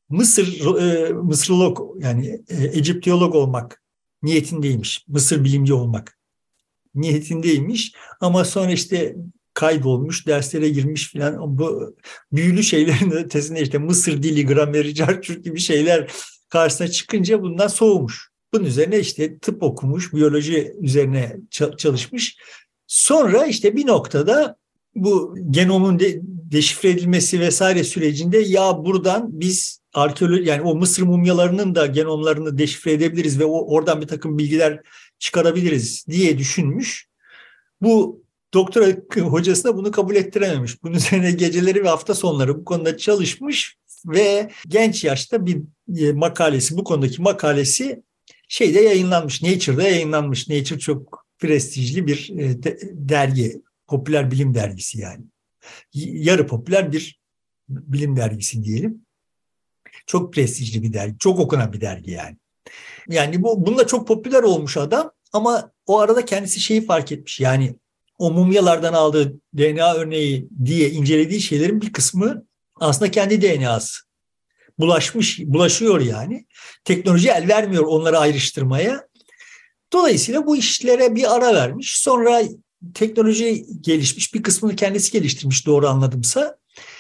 Speaker 2: Mısır e, Mısırolog yani e, Egiptiyolog olmak niyetindeymiş. Mısır bilimci olmak niyetindeymiş. Ama sonra işte kaydolmuş, derslere girmiş filan. Bu büyülü şeylerin ötesinde işte Mısır dili, grameri, carçurt gibi şeyler karşısına çıkınca bundan soğumuş. Bunun üzerine işte tıp okumuş, biyoloji üzerine çalışmış. Sonra işte bir noktada bu genomun de, deşifre edilmesi vesaire sürecinde ya buradan biz arkeoloji, yani o Mısır mumyalarının da genomlarını deşifre edebiliriz ve o, oradan bir takım bilgiler çıkarabiliriz diye düşünmüş. Bu doktora hocası da bunu kabul ettirememiş. Bunun üzerine geceleri ve hafta sonları bu konuda çalışmış ve genç yaşta bir makalesi, bu konudaki makalesi şeyde yayınlanmış, Nature'da yayınlanmış. Nature çok prestijli bir dergi, popüler bilim dergisi yani. Yarı popüler bir bilim dergisi diyelim. Çok prestijli bir dergi, çok okunan bir dergi yani. Yani bu bununla çok popüler olmuş adam ama o arada kendisi şeyi fark etmiş. Yani o mumyalardan aldığı D N A örneği diye incelediği şeylerin bir kısmı aslında kendi D N A'sı. Bulaşmış, bulaşıyor yani. Teknoloji el vermiyor onları ayrıştırmaya. Dolayısıyla bu işlere bir ara vermiş. Sonra teknoloji gelişmiş, bir kısmını kendisi geliştirmiş doğru anladımsa.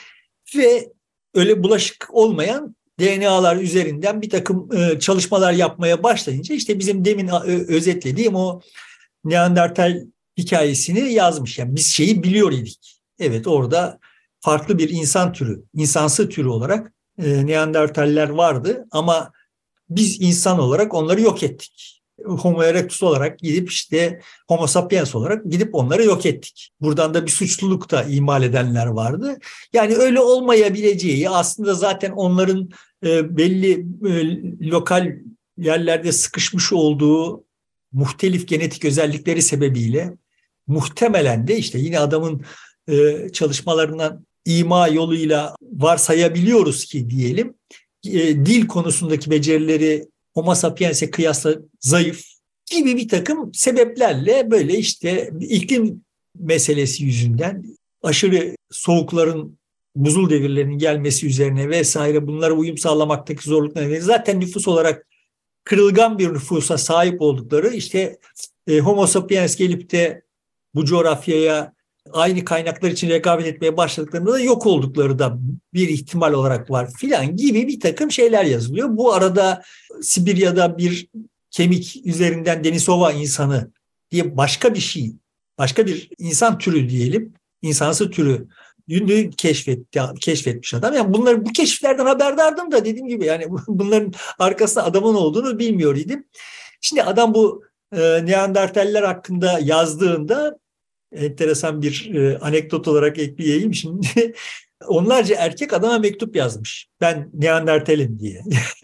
Speaker 2: Ve öyle bulaşık olmayan D N A'lar üzerinden bir takım çalışmalar yapmaya başlayınca işte bizim demin özetlediğim o Neandertal hikayesini yazmış. Yani biz şeyi biliyor idik. Evet, orada farklı bir insan türü, insansı türü olarak Neandertaller vardı ama biz insan olarak onları yok ettik. Homo erectus olarak gidip işte Homo sapiens olarak gidip onları yok ettik. Buradan da bir suçluluk da imal edenler vardı. Yani öyle olmayabileceği, aslında zaten onların belli lokal yerlerde sıkışmış olduğu muhtelif genetik özellikleri sebebiyle muhtemelen de işte yine adamın çalışmalarından ima yoluyla varsayabiliyoruz ki diyelim, dil konusundaki becerileri Homo sapiens'e kıyasla zayıf gibi bir takım sebeplerle böyle işte iklim meselesi yüzünden aşırı soğukların, buzul devirlerinin gelmesi üzerine vesaire bunlara uyum sağlamaktaki zorluklar nedeniyle zaten nüfus olarak kırılgan bir nüfusa sahip oldukları, işte e, Homo sapiens gelip de bu coğrafyaya aynı kaynaklar için rekabet etmeye başladıklarında da yok oldukları da bir ihtimal olarak var filan gibi bir takım şeyler yazılıyor. Bu arada Sibirya'da bir kemik üzerinden Denisova insanı diye başka bir şey, başka bir insan türü diyelim, insansı türü Yünlü keşfetti, keşfetmiş adam. Yani bunları, bu keşiflerden haberdardım da dediğim gibi yani bunların arkasında adamın olduğunu bilmiyor idim. Şimdi adam bu e, Neandertaller hakkında yazdığında enteresan bir e, anekdot olarak ekleyeyim şimdi. Onlarca erkek adama mektup yazmış. Ben Neandertalim diye.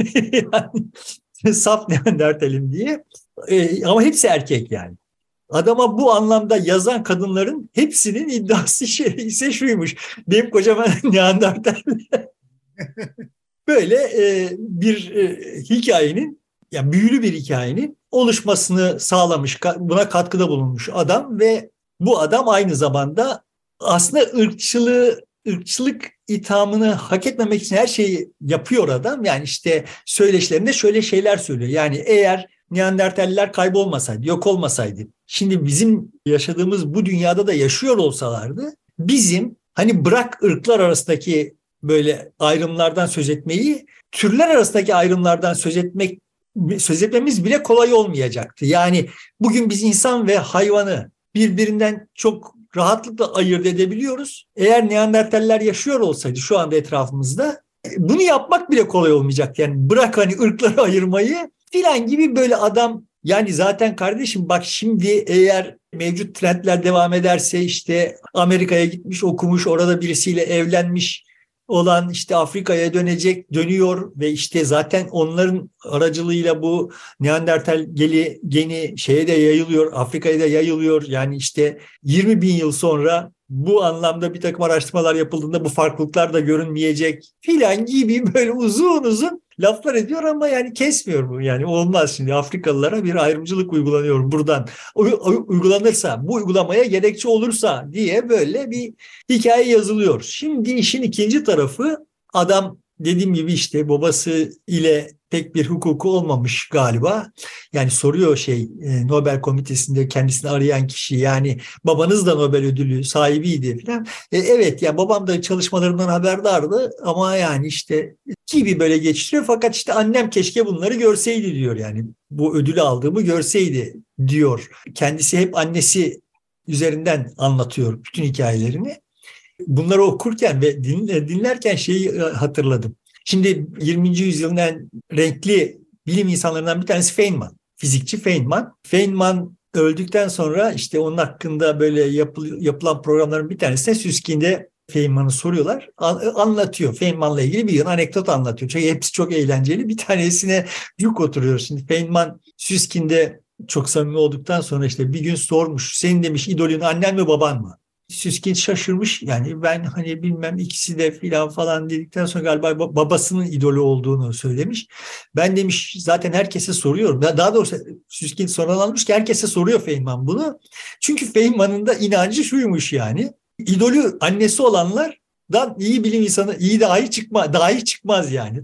Speaker 2: Yani, saf Neandertalim diye. E, ama hepsi erkek yani. Adama bu anlamda yazan kadınların hepsinin iddiası şey ise şuymuş. Benim kocam Neandertal. Böyle e, bir e, hikayenin, yani büyülü bir hikayenin oluşmasını sağlamış, buna katkıda bulunmuş adam ve bu adam aynı zamanda aslında ırkçılığı, ırkçılık ithamını hak etmemek için her şeyi yapıyor adam. Yani işte söyleşilerinde şöyle şeyler söylüyor. Yani eğer Neandertaller kaybolmasaydı, yok olmasaydı, şimdi bizim yaşadığımız bu dünyada da yaşıyor olsalardı, bizim hani bırak ırklar arasındaki böyle ayrımlardan söz etmeyi, türler arasındaki ayrımlardan söz etmek, söz etmemiz bile kolay olmayacaktı. Yani bugün biz insan ve hayvanı birbirinden çok rahatlıkla ayırt edebiliyoruz. Eğer Neandertaller yaşıyor olsaydı şu anda etrafımızda, bunu yapmak bile kolay olmayacaktı. Yani bırak hani ırkları ayırmayı filan gibi böyle adam, yani zaten kardeşim bak şimdi eğer mevcut trendler devam ederse işte Amerika'ya gitmiş, okumuş, orada birisiyle evlenmiş olan, işte Afrika'ya dönecek, dönüyor ve işte zaten onların aracılığıyla bu Neandertal geni, geni şeye de yayılıyor, Afrika'ya da yayılıyor. Yani işte yirmi bin yıl sonra bu anlamda bir takım araştırmalar yapıldığında bu farklılıklar da görünmeyecek filan gibi böyle uzun uzun laflar ediyor ama yani kesmiyor bu. Yani olmaz, şimdi Afrikalılara bir ayrımcılık uygulanıyor buradan. Uygulanırsa, bu uygulamaya gerekçe olursa diye böyle bir hikaye yazılıyor. Şimdi işin ikinci tarafı, adam dediğim gibi işte babası ile pek bir hukuku olmamış galiba. Yani soruyor şey Nobel Komitesi'nde kendisini arayan kişi, yani babanız da Nobel ödülü sahibiydi falan. E, evet ya, babam da çalışmalarımdan haberdardı ama yani işte gibi böyle geçiştiriyor. Fakat işte annem keşke bunları görseydi diyor, yani bu ödülü aldığımı görseydi diyor. Kendisi hep annesi üzerinden anlatıyor bütün hikayelerini. Bunları okurken ve dinlerken şeyi hatırladım. Şimdi yirminci yüzyılın en renkli bilim insanlarından bir tanesi Feynman. Fizikçi Feynman. Feynman öldükten sonra işte onun hakkında böyle yapıl, yapılan programların bir tanesinde Süskind'e Feynman'ı soruyorlar. Anlatıyor. Feynman'la ilgili bir anekdot anlatıyor. Çünkü hepsi çok eğlenceli. Bir tanesine yük oturuyor. Şimdi Feynman Süskind'e çok samimi olduktan sonra işte bir gün sormuş. Senin demiş idolün annen mi baban mı? Süskind şaşırmış, yani ben hani bilmem ikisi de filan falan dedikten sonra galiba babasının idolü olduğunu söylemiş. Ben demiş zaten herkese soruyorum. Daha doğrusu Süskind sonralanmış ki herkese soruyor Feynman bunu. Çünkü Feynman'ın da inancı şuymuş yani. İdolü annesi olanlardan iyi bilim insanı iyi dahi çıkma, dahi çıkmaz yani.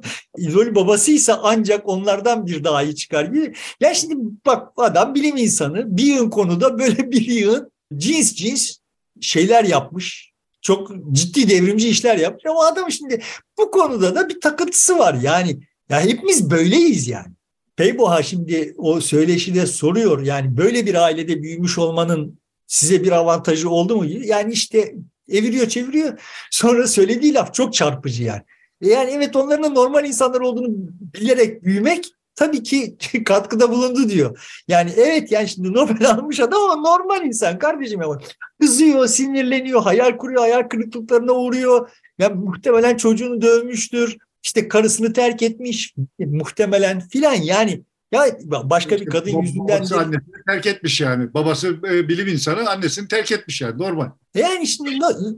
Speaker 2: İdolü babasıysa ancak onlardan bir dahi çıkar gibi. Ya şimdi bak, adam bilim insanı bir yığın konuda böyle bir yığın cins cins şeyler yapmış. Çok ciddi devrimci işler yapmış ama adam şimdi bu konuda da bir takıntısı var. Yani ya hepimiz böyleyiz yani. Peyboha şimdi o söyleşide soruyor, yani böyle bir ailede büyümüş olmanın size bir avantajı oldu mu? Yani işte eviriyor çeviriyor. Sonra söylediği laf çok çarpıcı yani. Yani evet, onların normal insanlar olduğunu bilerek büyümek tabii ki katkıda bulundu diyor. Yani evet, yani şimdi Nobel almış adam ama normal insan kardeşim. Ama kızıyor, sinirleniyor, hayal kuruyor, hayal kırıklıklarına uğruyor. Yani muhtemelen çocuğunu dövmüştür. İşte karısını terk etmiş muhtemelen filan yani. Ya başka bir kadın yüzünden
Speaker 1: babası annesini terk etmiş yani. Babası e, bilim insanı, annesini terk etmiş yani, normal.
Speaker 2: Yani şimdi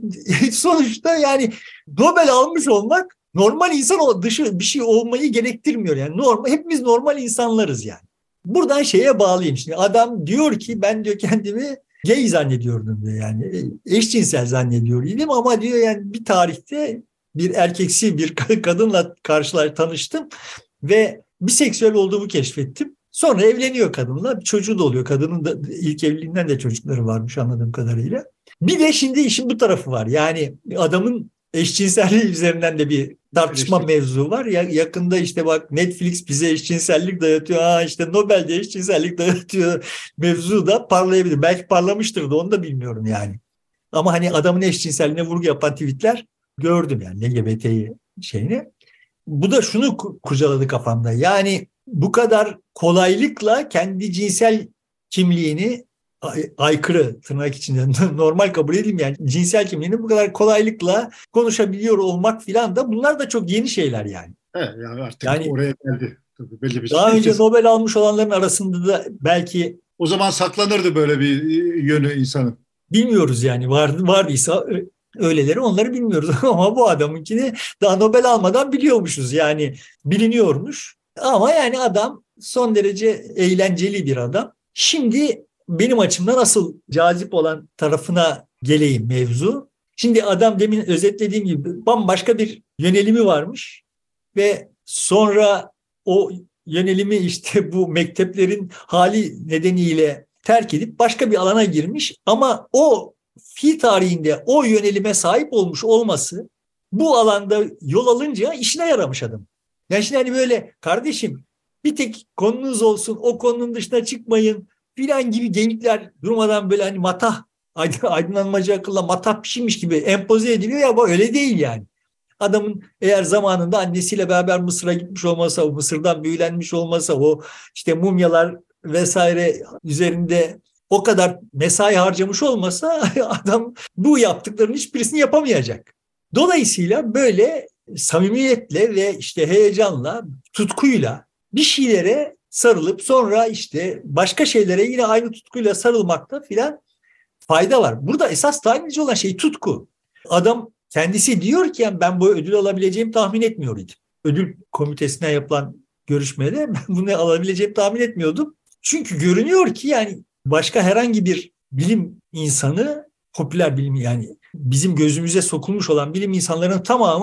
Speaker 2: sonuçta yani Nobel almış olmak normal insan dışı bir şey olmayı gerektirmiyor yani. Normal, hepimiz normal insanlarız yani. Buradan şeye bağlayayım şimdi. Adam diyor ki ben diyor kendimi gay zannediyordum diyor, yani eşcinsel zannediyordum ama diyor yani bir tarihte bir erkeksi bir kadınla karşılar tanıştım ve biseksüel olduğumu keşfettim. Sonra evleniyor kadınla, bir çocuğu da oluyor. Kadının da ilk evliliğinden de çocukları varmış anladığım kadarıyla. Bir de şimdi işin bu tarafı var. Yani adamın eşcinselliği üzerinden de bir tartışma evet, mevzu var. Ya, yakında işte bak Netflix bize eşcinsellik dayatıyor. Ha işte Nobel de eşcinsellik dayatıyor. Mevzu da parlayabilir. Belki parlamıştır da onu da bilmiyorum yani. Ama hani adamın eşcinselliğine vurgu yapan tweetler gördüm yani L G B T şeyini. Bu da şunu kurcaladı kafamda. Yani bu kadar kolaylıkla kendi cinsel kimliğini ay- aykırı tırnak içinde normal kabul edeyim yani cinsel kimliğini bu kadar kolaylıkla konuşabiliyor olmak filan da bunlar da çok yeni şeyler yani.
Speaker 1: Evet, yani artık
Speaker 2: yani
Speaker 1: oraya geldi. Tabii belli bir
Speaker 2: daha
Speaker 1: şey.
Speaker 2: önce Nobel almış olanların arasında da belki
Speaker 1: o zaman saklanırdı böyle bir yönü insanın.
Speaker 2: Bilmiyoruz yani, var, vardıysa öyleleri, onları bilmiyoruz ama bu adamınkini daha Nobel almadan biliyormuşuz yani, biliniyormuş. Ama yani adam son derece eğlenceli bir adam. Şimdi benim açımdan asıl cazip olan tarafına geleyim mevzu. Şimdi adam demin özetlediğim gibi bambaşka bir yönelimi varmış ve sonra o yönelimi işte bu mekteplerin hali nedeniyle terk edip başka bir alana girmiş ama o fi tarihinde o yönelime sahip olmuş olması bu alanda yol alınca işine yaramış adam. Yani şimdi hani böyle kardeşim bir tek konunuz olsun, o konunun dışına çıkmayın filan gibi geyikler durmadan böyle hani matah, aydınlanmacı akılla matah bir şeymiş gibi empoze ediliyor ya, bu öyle değil yani. Adamın eğer zamanında annesiyle beraber Mısır'a gitmiş olmasa, o Mısır'dan büyülenmiş olmasa, o işte mumyalar vesaire üzerinde o kadar mesai harcamış olmasa adam bu yaptıklarının hiçbirisini yapamayacak. Dolayısıyla böyle samimiyetle ve işte heyecanla, tutkuyla bir şeylere sarılıp sonra işte başka şeylere yine aynı tutkuyla sarılmakta filan fayda var. Burada esas tayin edici olan şey tutku. Adam kendisi diyor ki yani ben bu ödül alabileceğimi tahmin etmiyor idim. Ödül komitesinden yapılan görüşmede ben bunu alabileceğimi tahmin etmiyordum. Çünkü görünüyor ki yani başka herhangi bir bilim insanı, popüler bilim yani bizim gözümüze sokulmuş olan bilim insanlarının tamamı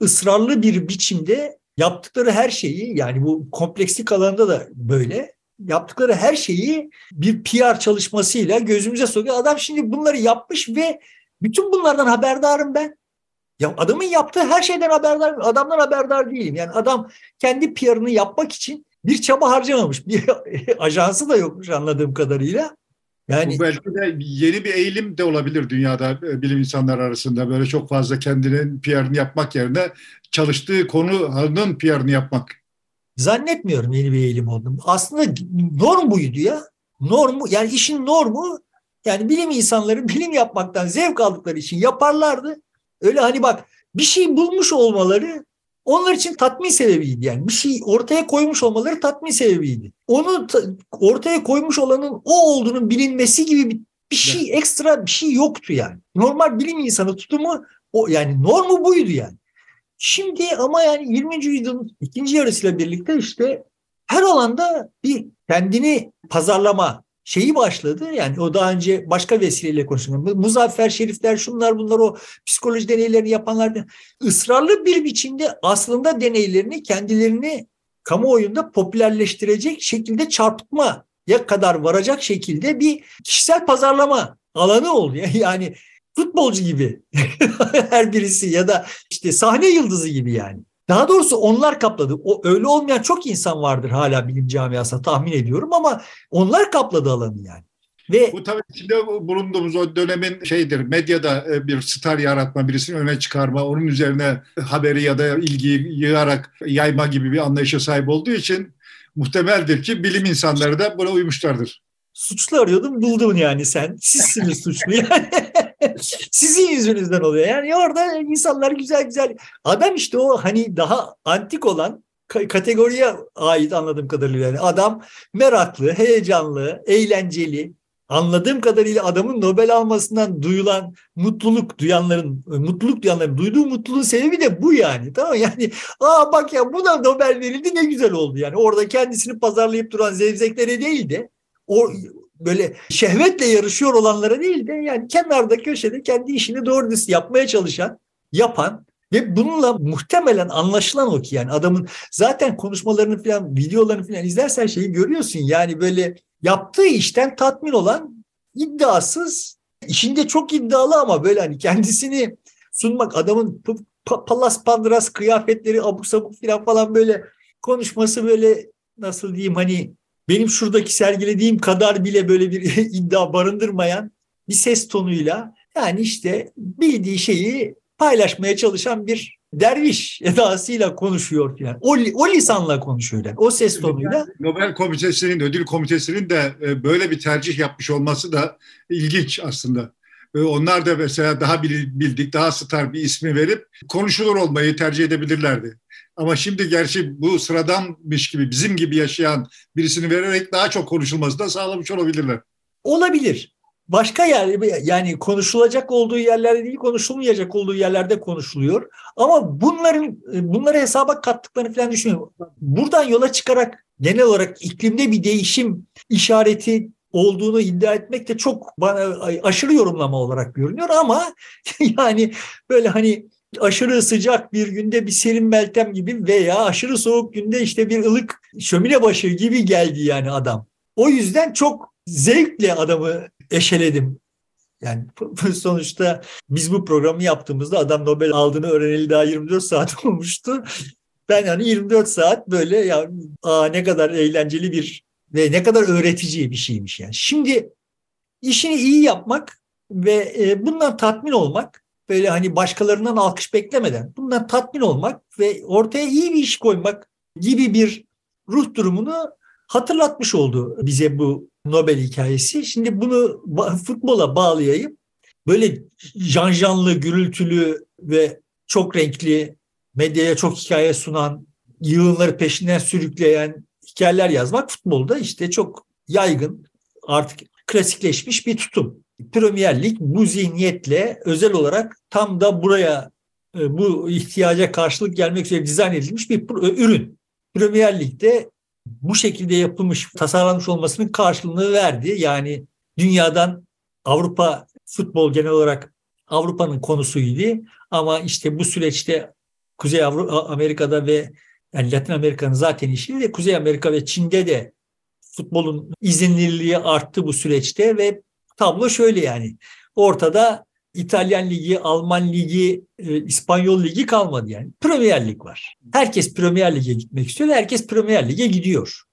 Speaker 2: ısrarlı bir biçimde yaptıkları her şeyi, yani bu komplekslik alanında da böyle, yaptıkları her şeyi bir P R çalışmasıyla gözümüze sokuyor. Adam şimdi bunları yapmış ve bütün bunlardan haberdarım ben. Ya adamın yaptığı her şeyden haberdar, adamdan haberdar değilim. Yani adam kendi P R'ını yapmak için bir çaba harcamamış. Bir ajansı da yokmuş anladığım kadarıyla. Yani
Speaker 1: bu belki de yeni bir eğilim de olabilir dünyada e, bilim insanları arasında. Böyle çok fazla kendinin P R'ını yapmak yerine çalıştığı konunun P R'ını yapmak.
Speaker 2: zannetmiyorum yeni bir eğilim olduğunu. Aslında norm buydu ya. Normu, yani işin normu, yani bilim insanları bilim yapmaktan zevk aldıkları için yaparlardı. Öyle hani bak, bir şey bulmuş olmaları onlar için tatmin sebebiydi. Yani bir şey ortaya koymuş olmaları tatmin sebebiydi. Onu ta- ortaya koymuş olanın o olduğunun bilinmesi gibi bir, bir şey, ekstra bir şey yoktu yani. Normal bilim insanı tutumu o, yani normu buydu yani. Şimdi ama yani yirminci yüzyılın ikinci yarısıyla birlikte işte her alanda bir kendini pazarlama şeyi başladı. Yani o daha önce başka vesileyle konuşuldu. Muzaffer Şerifler, şunlar bunlar, o psikoloji deneylerini yapanlar ısrarlı bir biçimde aslında deneylerini kendilerini kamuoyunda popülerleştirecek şekilde çarpıtmaya kadar varacak şekilde bir kişisel pazarlama alanı oldu. Yani futbolcu gibi her birisi, ya da işte sahne yıldızı gibi yani. Daha doğrusu onlar kapladı. O öyle olmayan çok insan vardır hala bilim camiasında, tahmin ediyorum, ama onlar kapladı alanı yani. Ve
Speaker 1: Bu tabii içinde bulunduğumuz o dönemin şeydir, medyada e, bir star yaratma, birisini öne çıkarma, onun üzerine haberi ya da ilgiyi yığarak yayma gibi bir anlayışa sahip olduğu için muhtemeldir ki bilim insanları da buna uymuşlardır.
Speaker 2: suçlu arıyordum, buldun yani sen. Sizsiniz suçlu yani. Sizin yüzünüzden oluyor. Yani orada insanlar güzel güzel. Adam işte o hani daha antik olan kategoriye ait anladığım kadarıyla. Yani adam meraklı, heyecanlı, eğlenceli. Anladığım kadarıyla adamın Nobel almasından duyulan mutluluk duyanların, mutluluk duyanların duyduğu mutluluğun sebebi de bu yani. Tamam yani, aa bak ya, bu da Nobel verildi, ne güzel oldu yani. Orada kendisini pazarlayıp duran zevzeklere değil de o böyle şehvetle yarışıyor olanlara değil de, yani kenarda köşede kendi işini doğru düz yapmaya çalışan, yapan ve bununla muhtemelen anlaşılan o ki, yani adamın zaten konuşmalarını falan, videolarını falan izlersen şeyi görüyorsun, yani böyle yaptığı işten tatmin olan, iddiasız, işinde çok iddialı ama böyle hani kendisini sunmak, adamın palas pandras kıyafetleri, abuk sabuk falan falan, böyle konuşması, böyle nasıl diyeyim, hani benim şuradaki sergilediğim kadar bile böyle bir iddia barındırmayan bir ses tonuyla, yani işte bildiği şeyi paylaşmaya çalışan bir derviş edasıyla konuşuyor yani. O, o lisanla konuşuyor yani. O ses tonuyla.
Speaker 1: Nobel Komitesi'nin, ödül komitesinin de e, böyle bir tercih yapmış olması da ilginç aslında. E, Onlar da mesela daha bildik, daha star bir ismi verip konuşulur olmayı tercih edebilirlerdi. Ama şimdi gerçi bu sıradanmış gibi, bizim gibi yaşayan birisini vererek daha çok konuşulmasını da sağlamış olabilirler.
Speaker 2: Olabilir. Başka yer, yani konuşulacak olduğu yerlerde değil, konuşulmayacak olduğu yerlerde konuşuluyor. Ama bunların bunları hesaba kattıklarını falan düşünüyorum. Buradan yola çıkarak genel olarak iklimde bir değişim işareti olduğunu iddia etmek de çok bana aşırı yorumlama olarak görünüyor, ama yani böyle hani aşırı sıcak bir günde bir serin Meltem gibi veya aşırı soğuk günde işte bir ılık şömine başı gibi geldi yani adam. O yüzden çok zevkle adamı eşeledim. Yani sonuçta biz bu programı yaptığımızda adam Nobel aldığını öğreneli daha yirmi dört saat olmuştu. Ben yani yirmi dört saat böyle, ya aa, ne kadar eğlenceli bir ve ne kadar öğretici bir şeymiş yani. Şimdi işini iyi yapmak ve e, bundan tatmin olmak, böyle hani başkalarından alkış beklemeden bundan tatmin olmak ve ortaya iyi bir iş koymak gibi bir ruh durumunu hatırlatmış oldu bize bu Nobel hikayesi. Şimdi bunu futbola bağlayayım. Böyle janjanlı, gürültülü ve çok renkli, medyaya çok hikaye sunan, yığınları peşinden sürükleyen hikayeler yazmak futbolda işte çok yaygın, artık klasikleşmiş bir tutum. Premier Lig bu zihniyetle özel olarak tam da buraya, bu ihtiyaca karşılık gelmek üzere dizayn edilmiş bir ürün. Premier Lig'de bu şekilde yapılmış, tasarlanmış olmasının karşılığını verdi. Yani dünyadan Avrupa, futbol genel olarak Avrupa'nın konusuydu, ama işte bu süreçte Kuzey Avrupa, Amerika'da ve yani Latin Amerika'nın zaten işi de Kuzey Amerika ve Çin'de de futbolun izinliliği arttı bu süreçte ve tablo şöyle yani. Ortada İtalyan Ligi, Alman Ligi, e, İspanyol Ligi kalmadı yani. Premier Lig var. Herkes Premier Lig'e gitmek istiyor ve herkes Premier Lig'e gidiyor.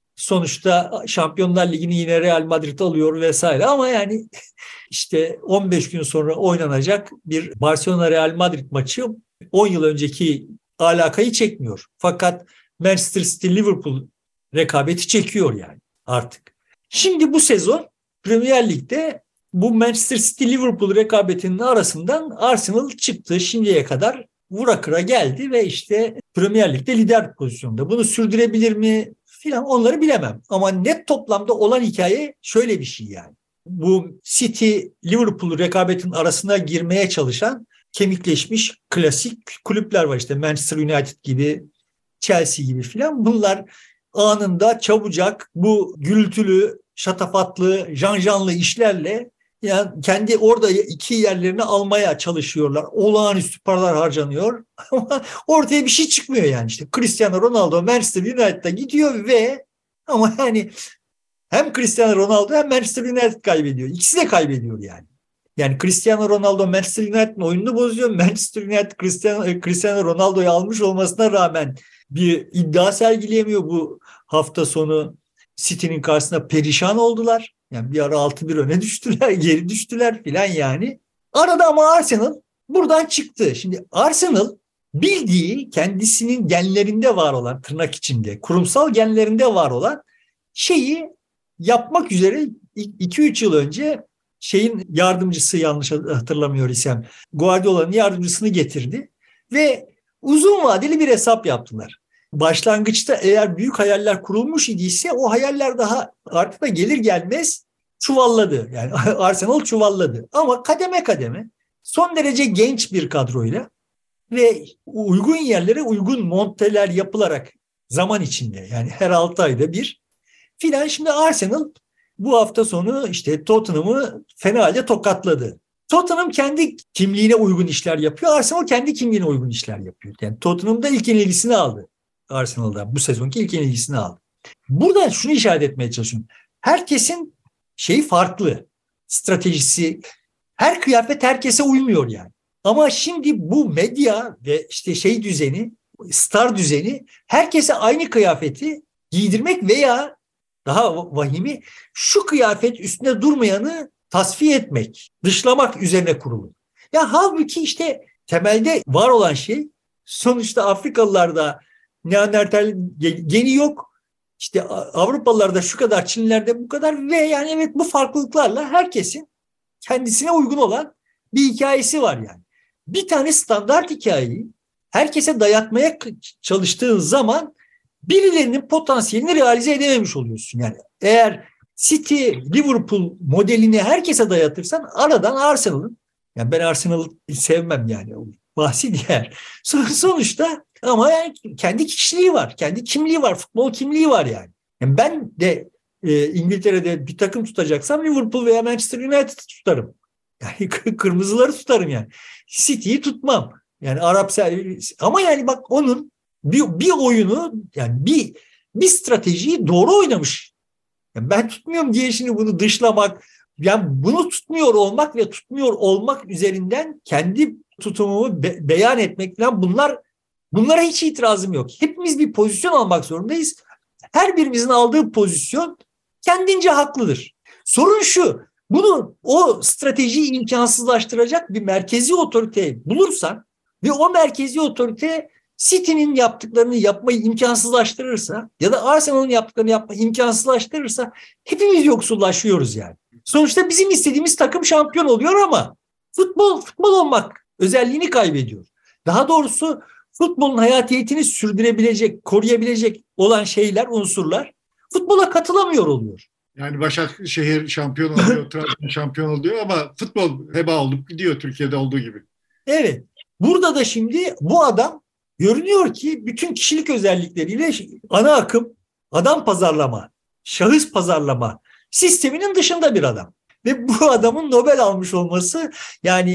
Speaker 2: Sonuçta Şampiyonlar Ligi'ni yine Real Madrid alıyor vesaire ama yani işte on beş gün sonra oynanacak bir Barcelona-Real Madrid maçı on yıl önceki alakayı çekmiyor. Fakat Manchester City-Liverpool rekabeti çekiyor yani artık. Şimdi bu sezon Premier Lig'de bu Manchester City-Liverpool rekabetinin arasından Arsenal çıktı. Şimdiye kadar vura kıra geldi ve işte Premier Lig'de lider pozisyonda. Bunu sürdürebilir mi filan onları bilemem. Ama net toplamda olan hikaye şöyle bir şey yani. Bu City-Liverpool rekabetin arasına girmeye çalışan kemikleşmiş klasik kulüpler var. İşte Manchester United gibi, Chelsea gibi filan. Bunlar anında çabucak bu gürültülü, şatafatlı, janjanlı işlerle yani kendi orada iki yerlerini almaya çalışıyorlar. Olağanüstü paralar harcanıyor. Ama ortaya bir şey çıkmıyor yani. İşte Cristiano Ronaldo Manchester United'a gidiyor ve ama yani hem Cristiano Ronaldo hem Manchester United kaybediyor. İkisi de kaybediyor yani. Yani Cristiano Ronaldo Manchester United'ın oyununu bozuyor. Manchester United Cristiano, Cristiano Ronaldo'yu almış olmasına rağmen bir iddia sergileyemiyor. Bu hafta sonu City'nin karşısında perişan oldular. Yani bir ara altı bir öne düştüler, geri düştüler filan yani. Arada ama Arsenal buradan çıktı. Şimdi Arsenal bildiği kendisinin genlerinde var olan, tırnak içinde, kurumsal genlerinde var olan şeyi yapmak üzere iki üç yıl önce şeyin yardımcısı, yanlış hatırlamıyor isem, Guardiola'nın yardımcısını getirdi ve uzun vadeli bir hesap yaptılar. Başlangıçta eğer büyük hayaller kurulmuş idiyse o hayaller daha artık da gelir gelmez çuvalladı. Yani Arsenal çuvalladı. Ama kademe kademe son derece genç bir kadroyla ve uygun yerlere uygun monteler yapılarak zaman içinde yani her altı ayda bir filan şimdi Arsenal bu hafta sonu işte Tottenham'ı fena halde tokatladı. Tottenham kendi kimliğine uygun işler yapıyor. Arsenal kendi kimliğine uygun işler yapıyor. Yani Tottenham'da ilk yenilgisini aldı. Arsenal'da bu sezonki ilk yenilgisini aldı. Burada şunu işaret etmeye çalışıyorum. Herkesin şeyi farklı. Stratejisi, her kıyafet herkese uymuyor yani. Ama şimdi bu medya ve işte şey düzeni, star düzeni herkese aynı kıyafeti giydirmek veya daha vahimi şu kıyafet üstünde durmayanı tasfiye etmek, dışlamak üzerine kurulu. Ya halbuki işte temelde var olan şey sonuçta Afrikalılarda Neandertal geni yok. İşte Avrupalılarda şu kadar, Çinlilerde bu kadar ve yani evet bu farklılıklarla herkesin kendisine uygun olan bir hikayesi var yani. Bir tane standart hikayeyi herkese dayatmaya çalıştığın zaman birilerinin potansiyelini realize edememiş oluyorsun. Yani eğer City, Liverpool modelini herkese dayatırsan aradan Arsenal'ın, yani ben Arsenal'ı sevmem yani bahsi diğer. Sonuçta ama yani kendi kişiliği var, kendi kimliği var, futbol kimliği var yani. yani ben de e, İngiltere'de bir takım tutacaksam Liverpool veya Manchester United tutarım. Yani kırmızıları tutarım yani. City'yi tutmam. Yani Arap ama yani bak onun bir, bir oyunu yani bir bir stratejiyi doğru oynamış. Yani ben tutmuyorum diye şimdi bunu dışlamak, yani bunu tutmuyor olmak ve tutmuyor olmak üzerinden kendi tutumumu be, beyan etmek falan bunlar bunlara hiç itirazım yok. Hepimiz bir pozisyon almak zorundayız. Her birimizin aldığı pozisyon kendince haklıdır. Sorun şu, bunu o stratejiyi imkansızlaştıracak bir merkezi otorite bulursan ve o merkezi otorite City'nin yaptıklarını yapmayı imkansızlaştırırsa ya da Arsenal'ın yaptıklarını yapmayı imkansızlaştırırsa hepimiz yoksullaşıyoruz yani. Sonuçta bizim istediğimiz takım şampiyon oluyor ama futbol futbol olmak özelliğini kaybediyor. Daha doğrusu futbolun hayatiyetini sürdürebilecek, koruyabilecek olan şeyler, unsurlar futbola katılamıyor oluyor.
Speaker 1: Yani Başakşehir şampiyon oluyor, Trabzon şampiyon oluyor ama futbol heba olup gidiyor Türkiye'de olduğu gibi.
Speaker 2: Evet. Burada da şimdi bu adam görünüyor ki bütün kişilik özellikleriyle ana akım adam pazarlama, şahıs pazarlama sisteminin dışında bir adam. Ve bu adamın Nobel almış olması yani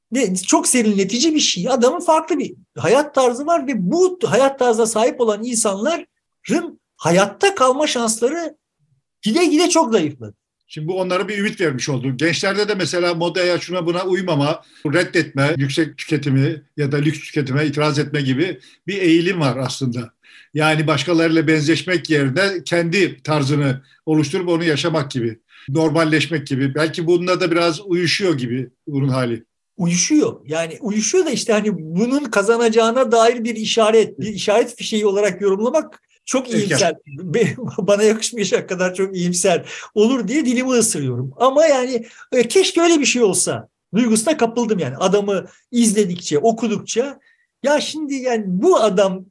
Speaker 2: ve çok serinletici bir şey. Adamın farklı bir hayat tarzı var ve bu hayat tarzına sahip olan insanların hayatta kalma şansları gide gide çok zayıfladı.
Speaker 1: Şimdi bu onlara bir ümit vermiş oldu. Gençlerde de mesela modaya şuna buna uymama, reddetme, yüksek tüketimi ya da lüks tüketime itiraz etme gibi bir eğilim var aslında. Yani başkalarıyla benzeşmek yerine kendi tarzını oluşturup onu yaşamak gibi, normalleşmek gibi. Belki bununla da biraz uyuşuyor gibi bunun hali.
Speaker 2: Uyuşuyor. Yani uyuşuyor da işte hani bunun kazanacağına dair bir işaret, bir işaret fişeği olarak yorumlamak çok iyimser. Bana yakışmayacak kadar çok iyimser olur diye dilimi ısırıyorum. Ama yani keşke öyle bir şey olsa. Duygusuna kapıldım yani. Adamı izledikçe, okudukça. Ya şimdi yani bu adam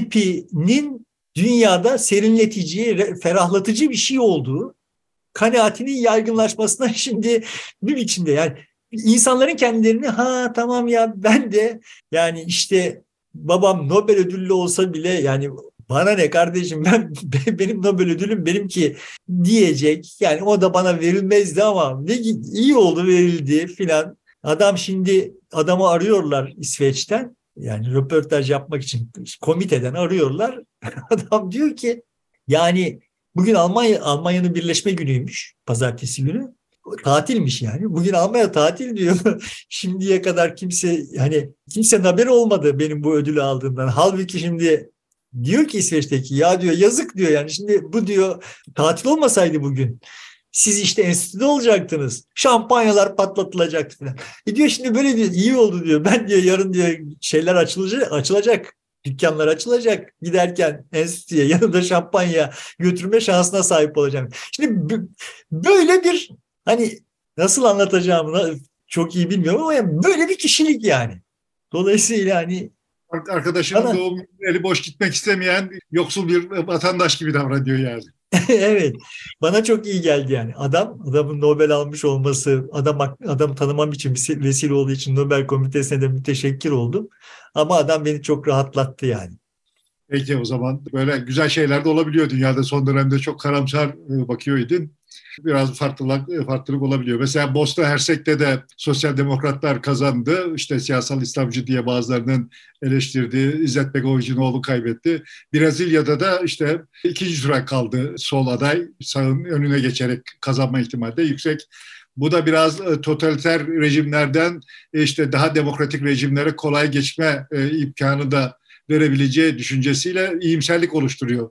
Speaker 2: tipinin dünyada serinletici, ferahlatıcı bir şey olduğu kanaatinin yaygınlaşmasına şimdi bir biçimde yani insanların kendilerini ha tamam ya ben de yani işte babam Nobel ödüllü olsa bile yani bana ne kardeşim ben benim Nobel ödülüm benimki diyecek. Yani o da bana verilmezdi ama ne iyi oldu verildi filan. Adam şimdi adamı arıyorlar İsveç'ten. Yani röportaj yapmak için komiteden arıyorlar. Adam diyor ki yani bugün Almanya Almanya'nın birleşme günüymüş pazartesi günü. Tatilmiş yani. Bugün Almanya tatil diyor. Şimdiye kadar kimse hani kimsenin haberi olmadı benim bu ödülü aldığımdan. Halbuki şimdi diyor ki İsveç'teki ya diyor yazık diyor yani şimdi bu diyor tatil olmasaydı bugün siz işte enstitüde olacaktınız. Şampanyalar patlatılacaktı falan. E diyor şimdi böyle diyor iyi oldu diyor. Ben diyor yarın diyor şeyler açılacak, açılacak. Dükkanlar açılacak. Giderken enstitüye yanında şampanya götürme şansına sahip olacağım. Şimdi böyle bir hani nasıl anlatacağımı çok iyi bilmiyorum ama yani böyle bir kişilik yani. Dolayısıyla hani
Speaker 1: arkadaşının bana, doğum günü eli boş gitmek istemeyen yoksul bir vatandaş gibi davranıyor yani.
Speaker 2: Evet. Bana çok iyi geldi yani. Adam, adamın Nobel almış olması, adam adam tanımam için bir vesile olduğu için Nobel Komitesi'ne de müteşekkir oldum. Ama adam beni çok rahatlattı yani.
Speaker 1: Peki o zaman böyle güzel şeyler de olabiliyor dünyada. Son dönemde çok karamsar bakıyor idin. Biraz farklılık, farklılık olabiliyor. Mesela Bosna Hersek'te de sosyal demokratlar kazandı. İşte siyasal İslamcı diye bazılarının eleştirdiği İzzet Begoviç'in kaybetti. Brezilya'da da işte ikinci tura kaldı sol aday. Sağın önüne geçerek kazanma ihtimali de yüksek. Bu da biraz totaliter rejimlerden işte daha demokratik rejimlere kolay geçme imkanı da verebileceği düşüncesiyle iyimserlik oluşturuyor.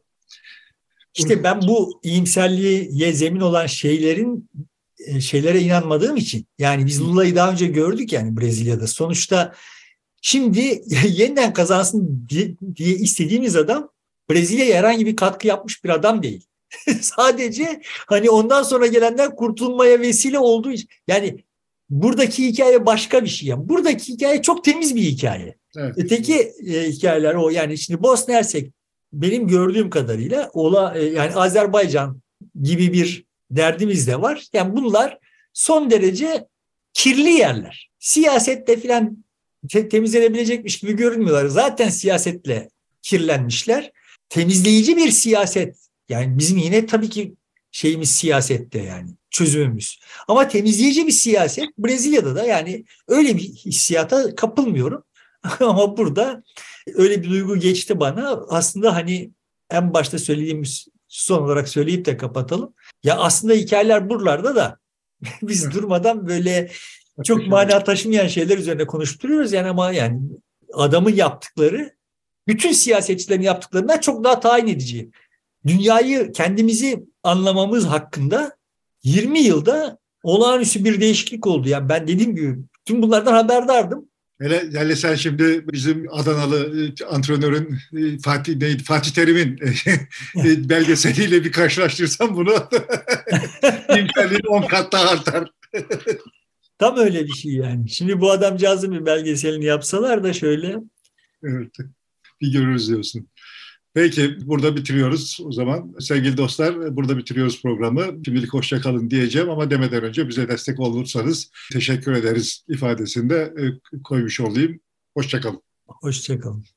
Speaker 2: İşte ben bu iyimserliğe zemin olan şeylerin şeylere inanmadığım için yani biz Lula'yı daha önce gördük yani Brezilya'da. Sonuçta şimdi yeniden kazansın diye, diye istediğimiz adam Brezilya'ya herhangi bir katkı yapmış bir adam değil. Sadece hani ondan sonra gelenden kurtulmaya vesile olduğu için yani buradaki hikaye başka bir şey. Yani buradaki hikaye çok temiz bir hikaye. Evet. Öteki e, hikayeler o yani şimdi Bosna Hersek benim gördüğüm kadarıyla ola yani Azerbaycan gibi bir derdimiz de var. Yani bunlar son derece kirli yerler. Siyasetle filan te- temizlenebilecekmiş gibi görünmüyorlar. Zaten siyasetle kirlenmişler. Temizleyici bir siyaset. Yani bizim yine tabii ki şeyimiz siyasette yani çözümümüz. Ama temizleyici bir siyaset Brezilya'da da yani öyle bir hissiyata kapılmıyorum. Ama burada öyle bir duygu geçti bana. Aslında hani en başta söylediğimiz son olarak söyleyip de kapatalım. Ya aslında hikayeler buralarda da biz durmadan böyle çok mana taşımayan şeyler üzerine konuşturuyoruz yani ama yani adamın yaptıkları bütün siyasetçilerin yaptıklarından çok daha tayin edici. Dünyayı kendimizi anlamamız hakkında yirmi yılda olağanüstü bir değişiklik oldu. Yani ben dediğim gibi tüm bunlardan haberdardım.
Speaker 1: Hele, hele sen şimdi bizim Adanalı antrenörün Fatih neydi Fatih Terim'in belgeseliyle bir karşılaştırsan bunu imkanı on kat daha artar.
Speaker 2: Tam öyle bir şey yani. Şimdi bu adamcağızın bir belgeselini yapsalar da şöyle.
Speaker 1: Evet, bir görürüz diyorsun. Peki burada bitiriyoruz o zaman. Sevgili dostlar burada bitiriyoruz programı. Şimdilik hoşça kalın diyeceğim ama demeden önce bize destek olursanız teşekkür ederiz ifadesinde koymuş olayım. Hoşça kalın.
Speaker 2: Hoşça kalın.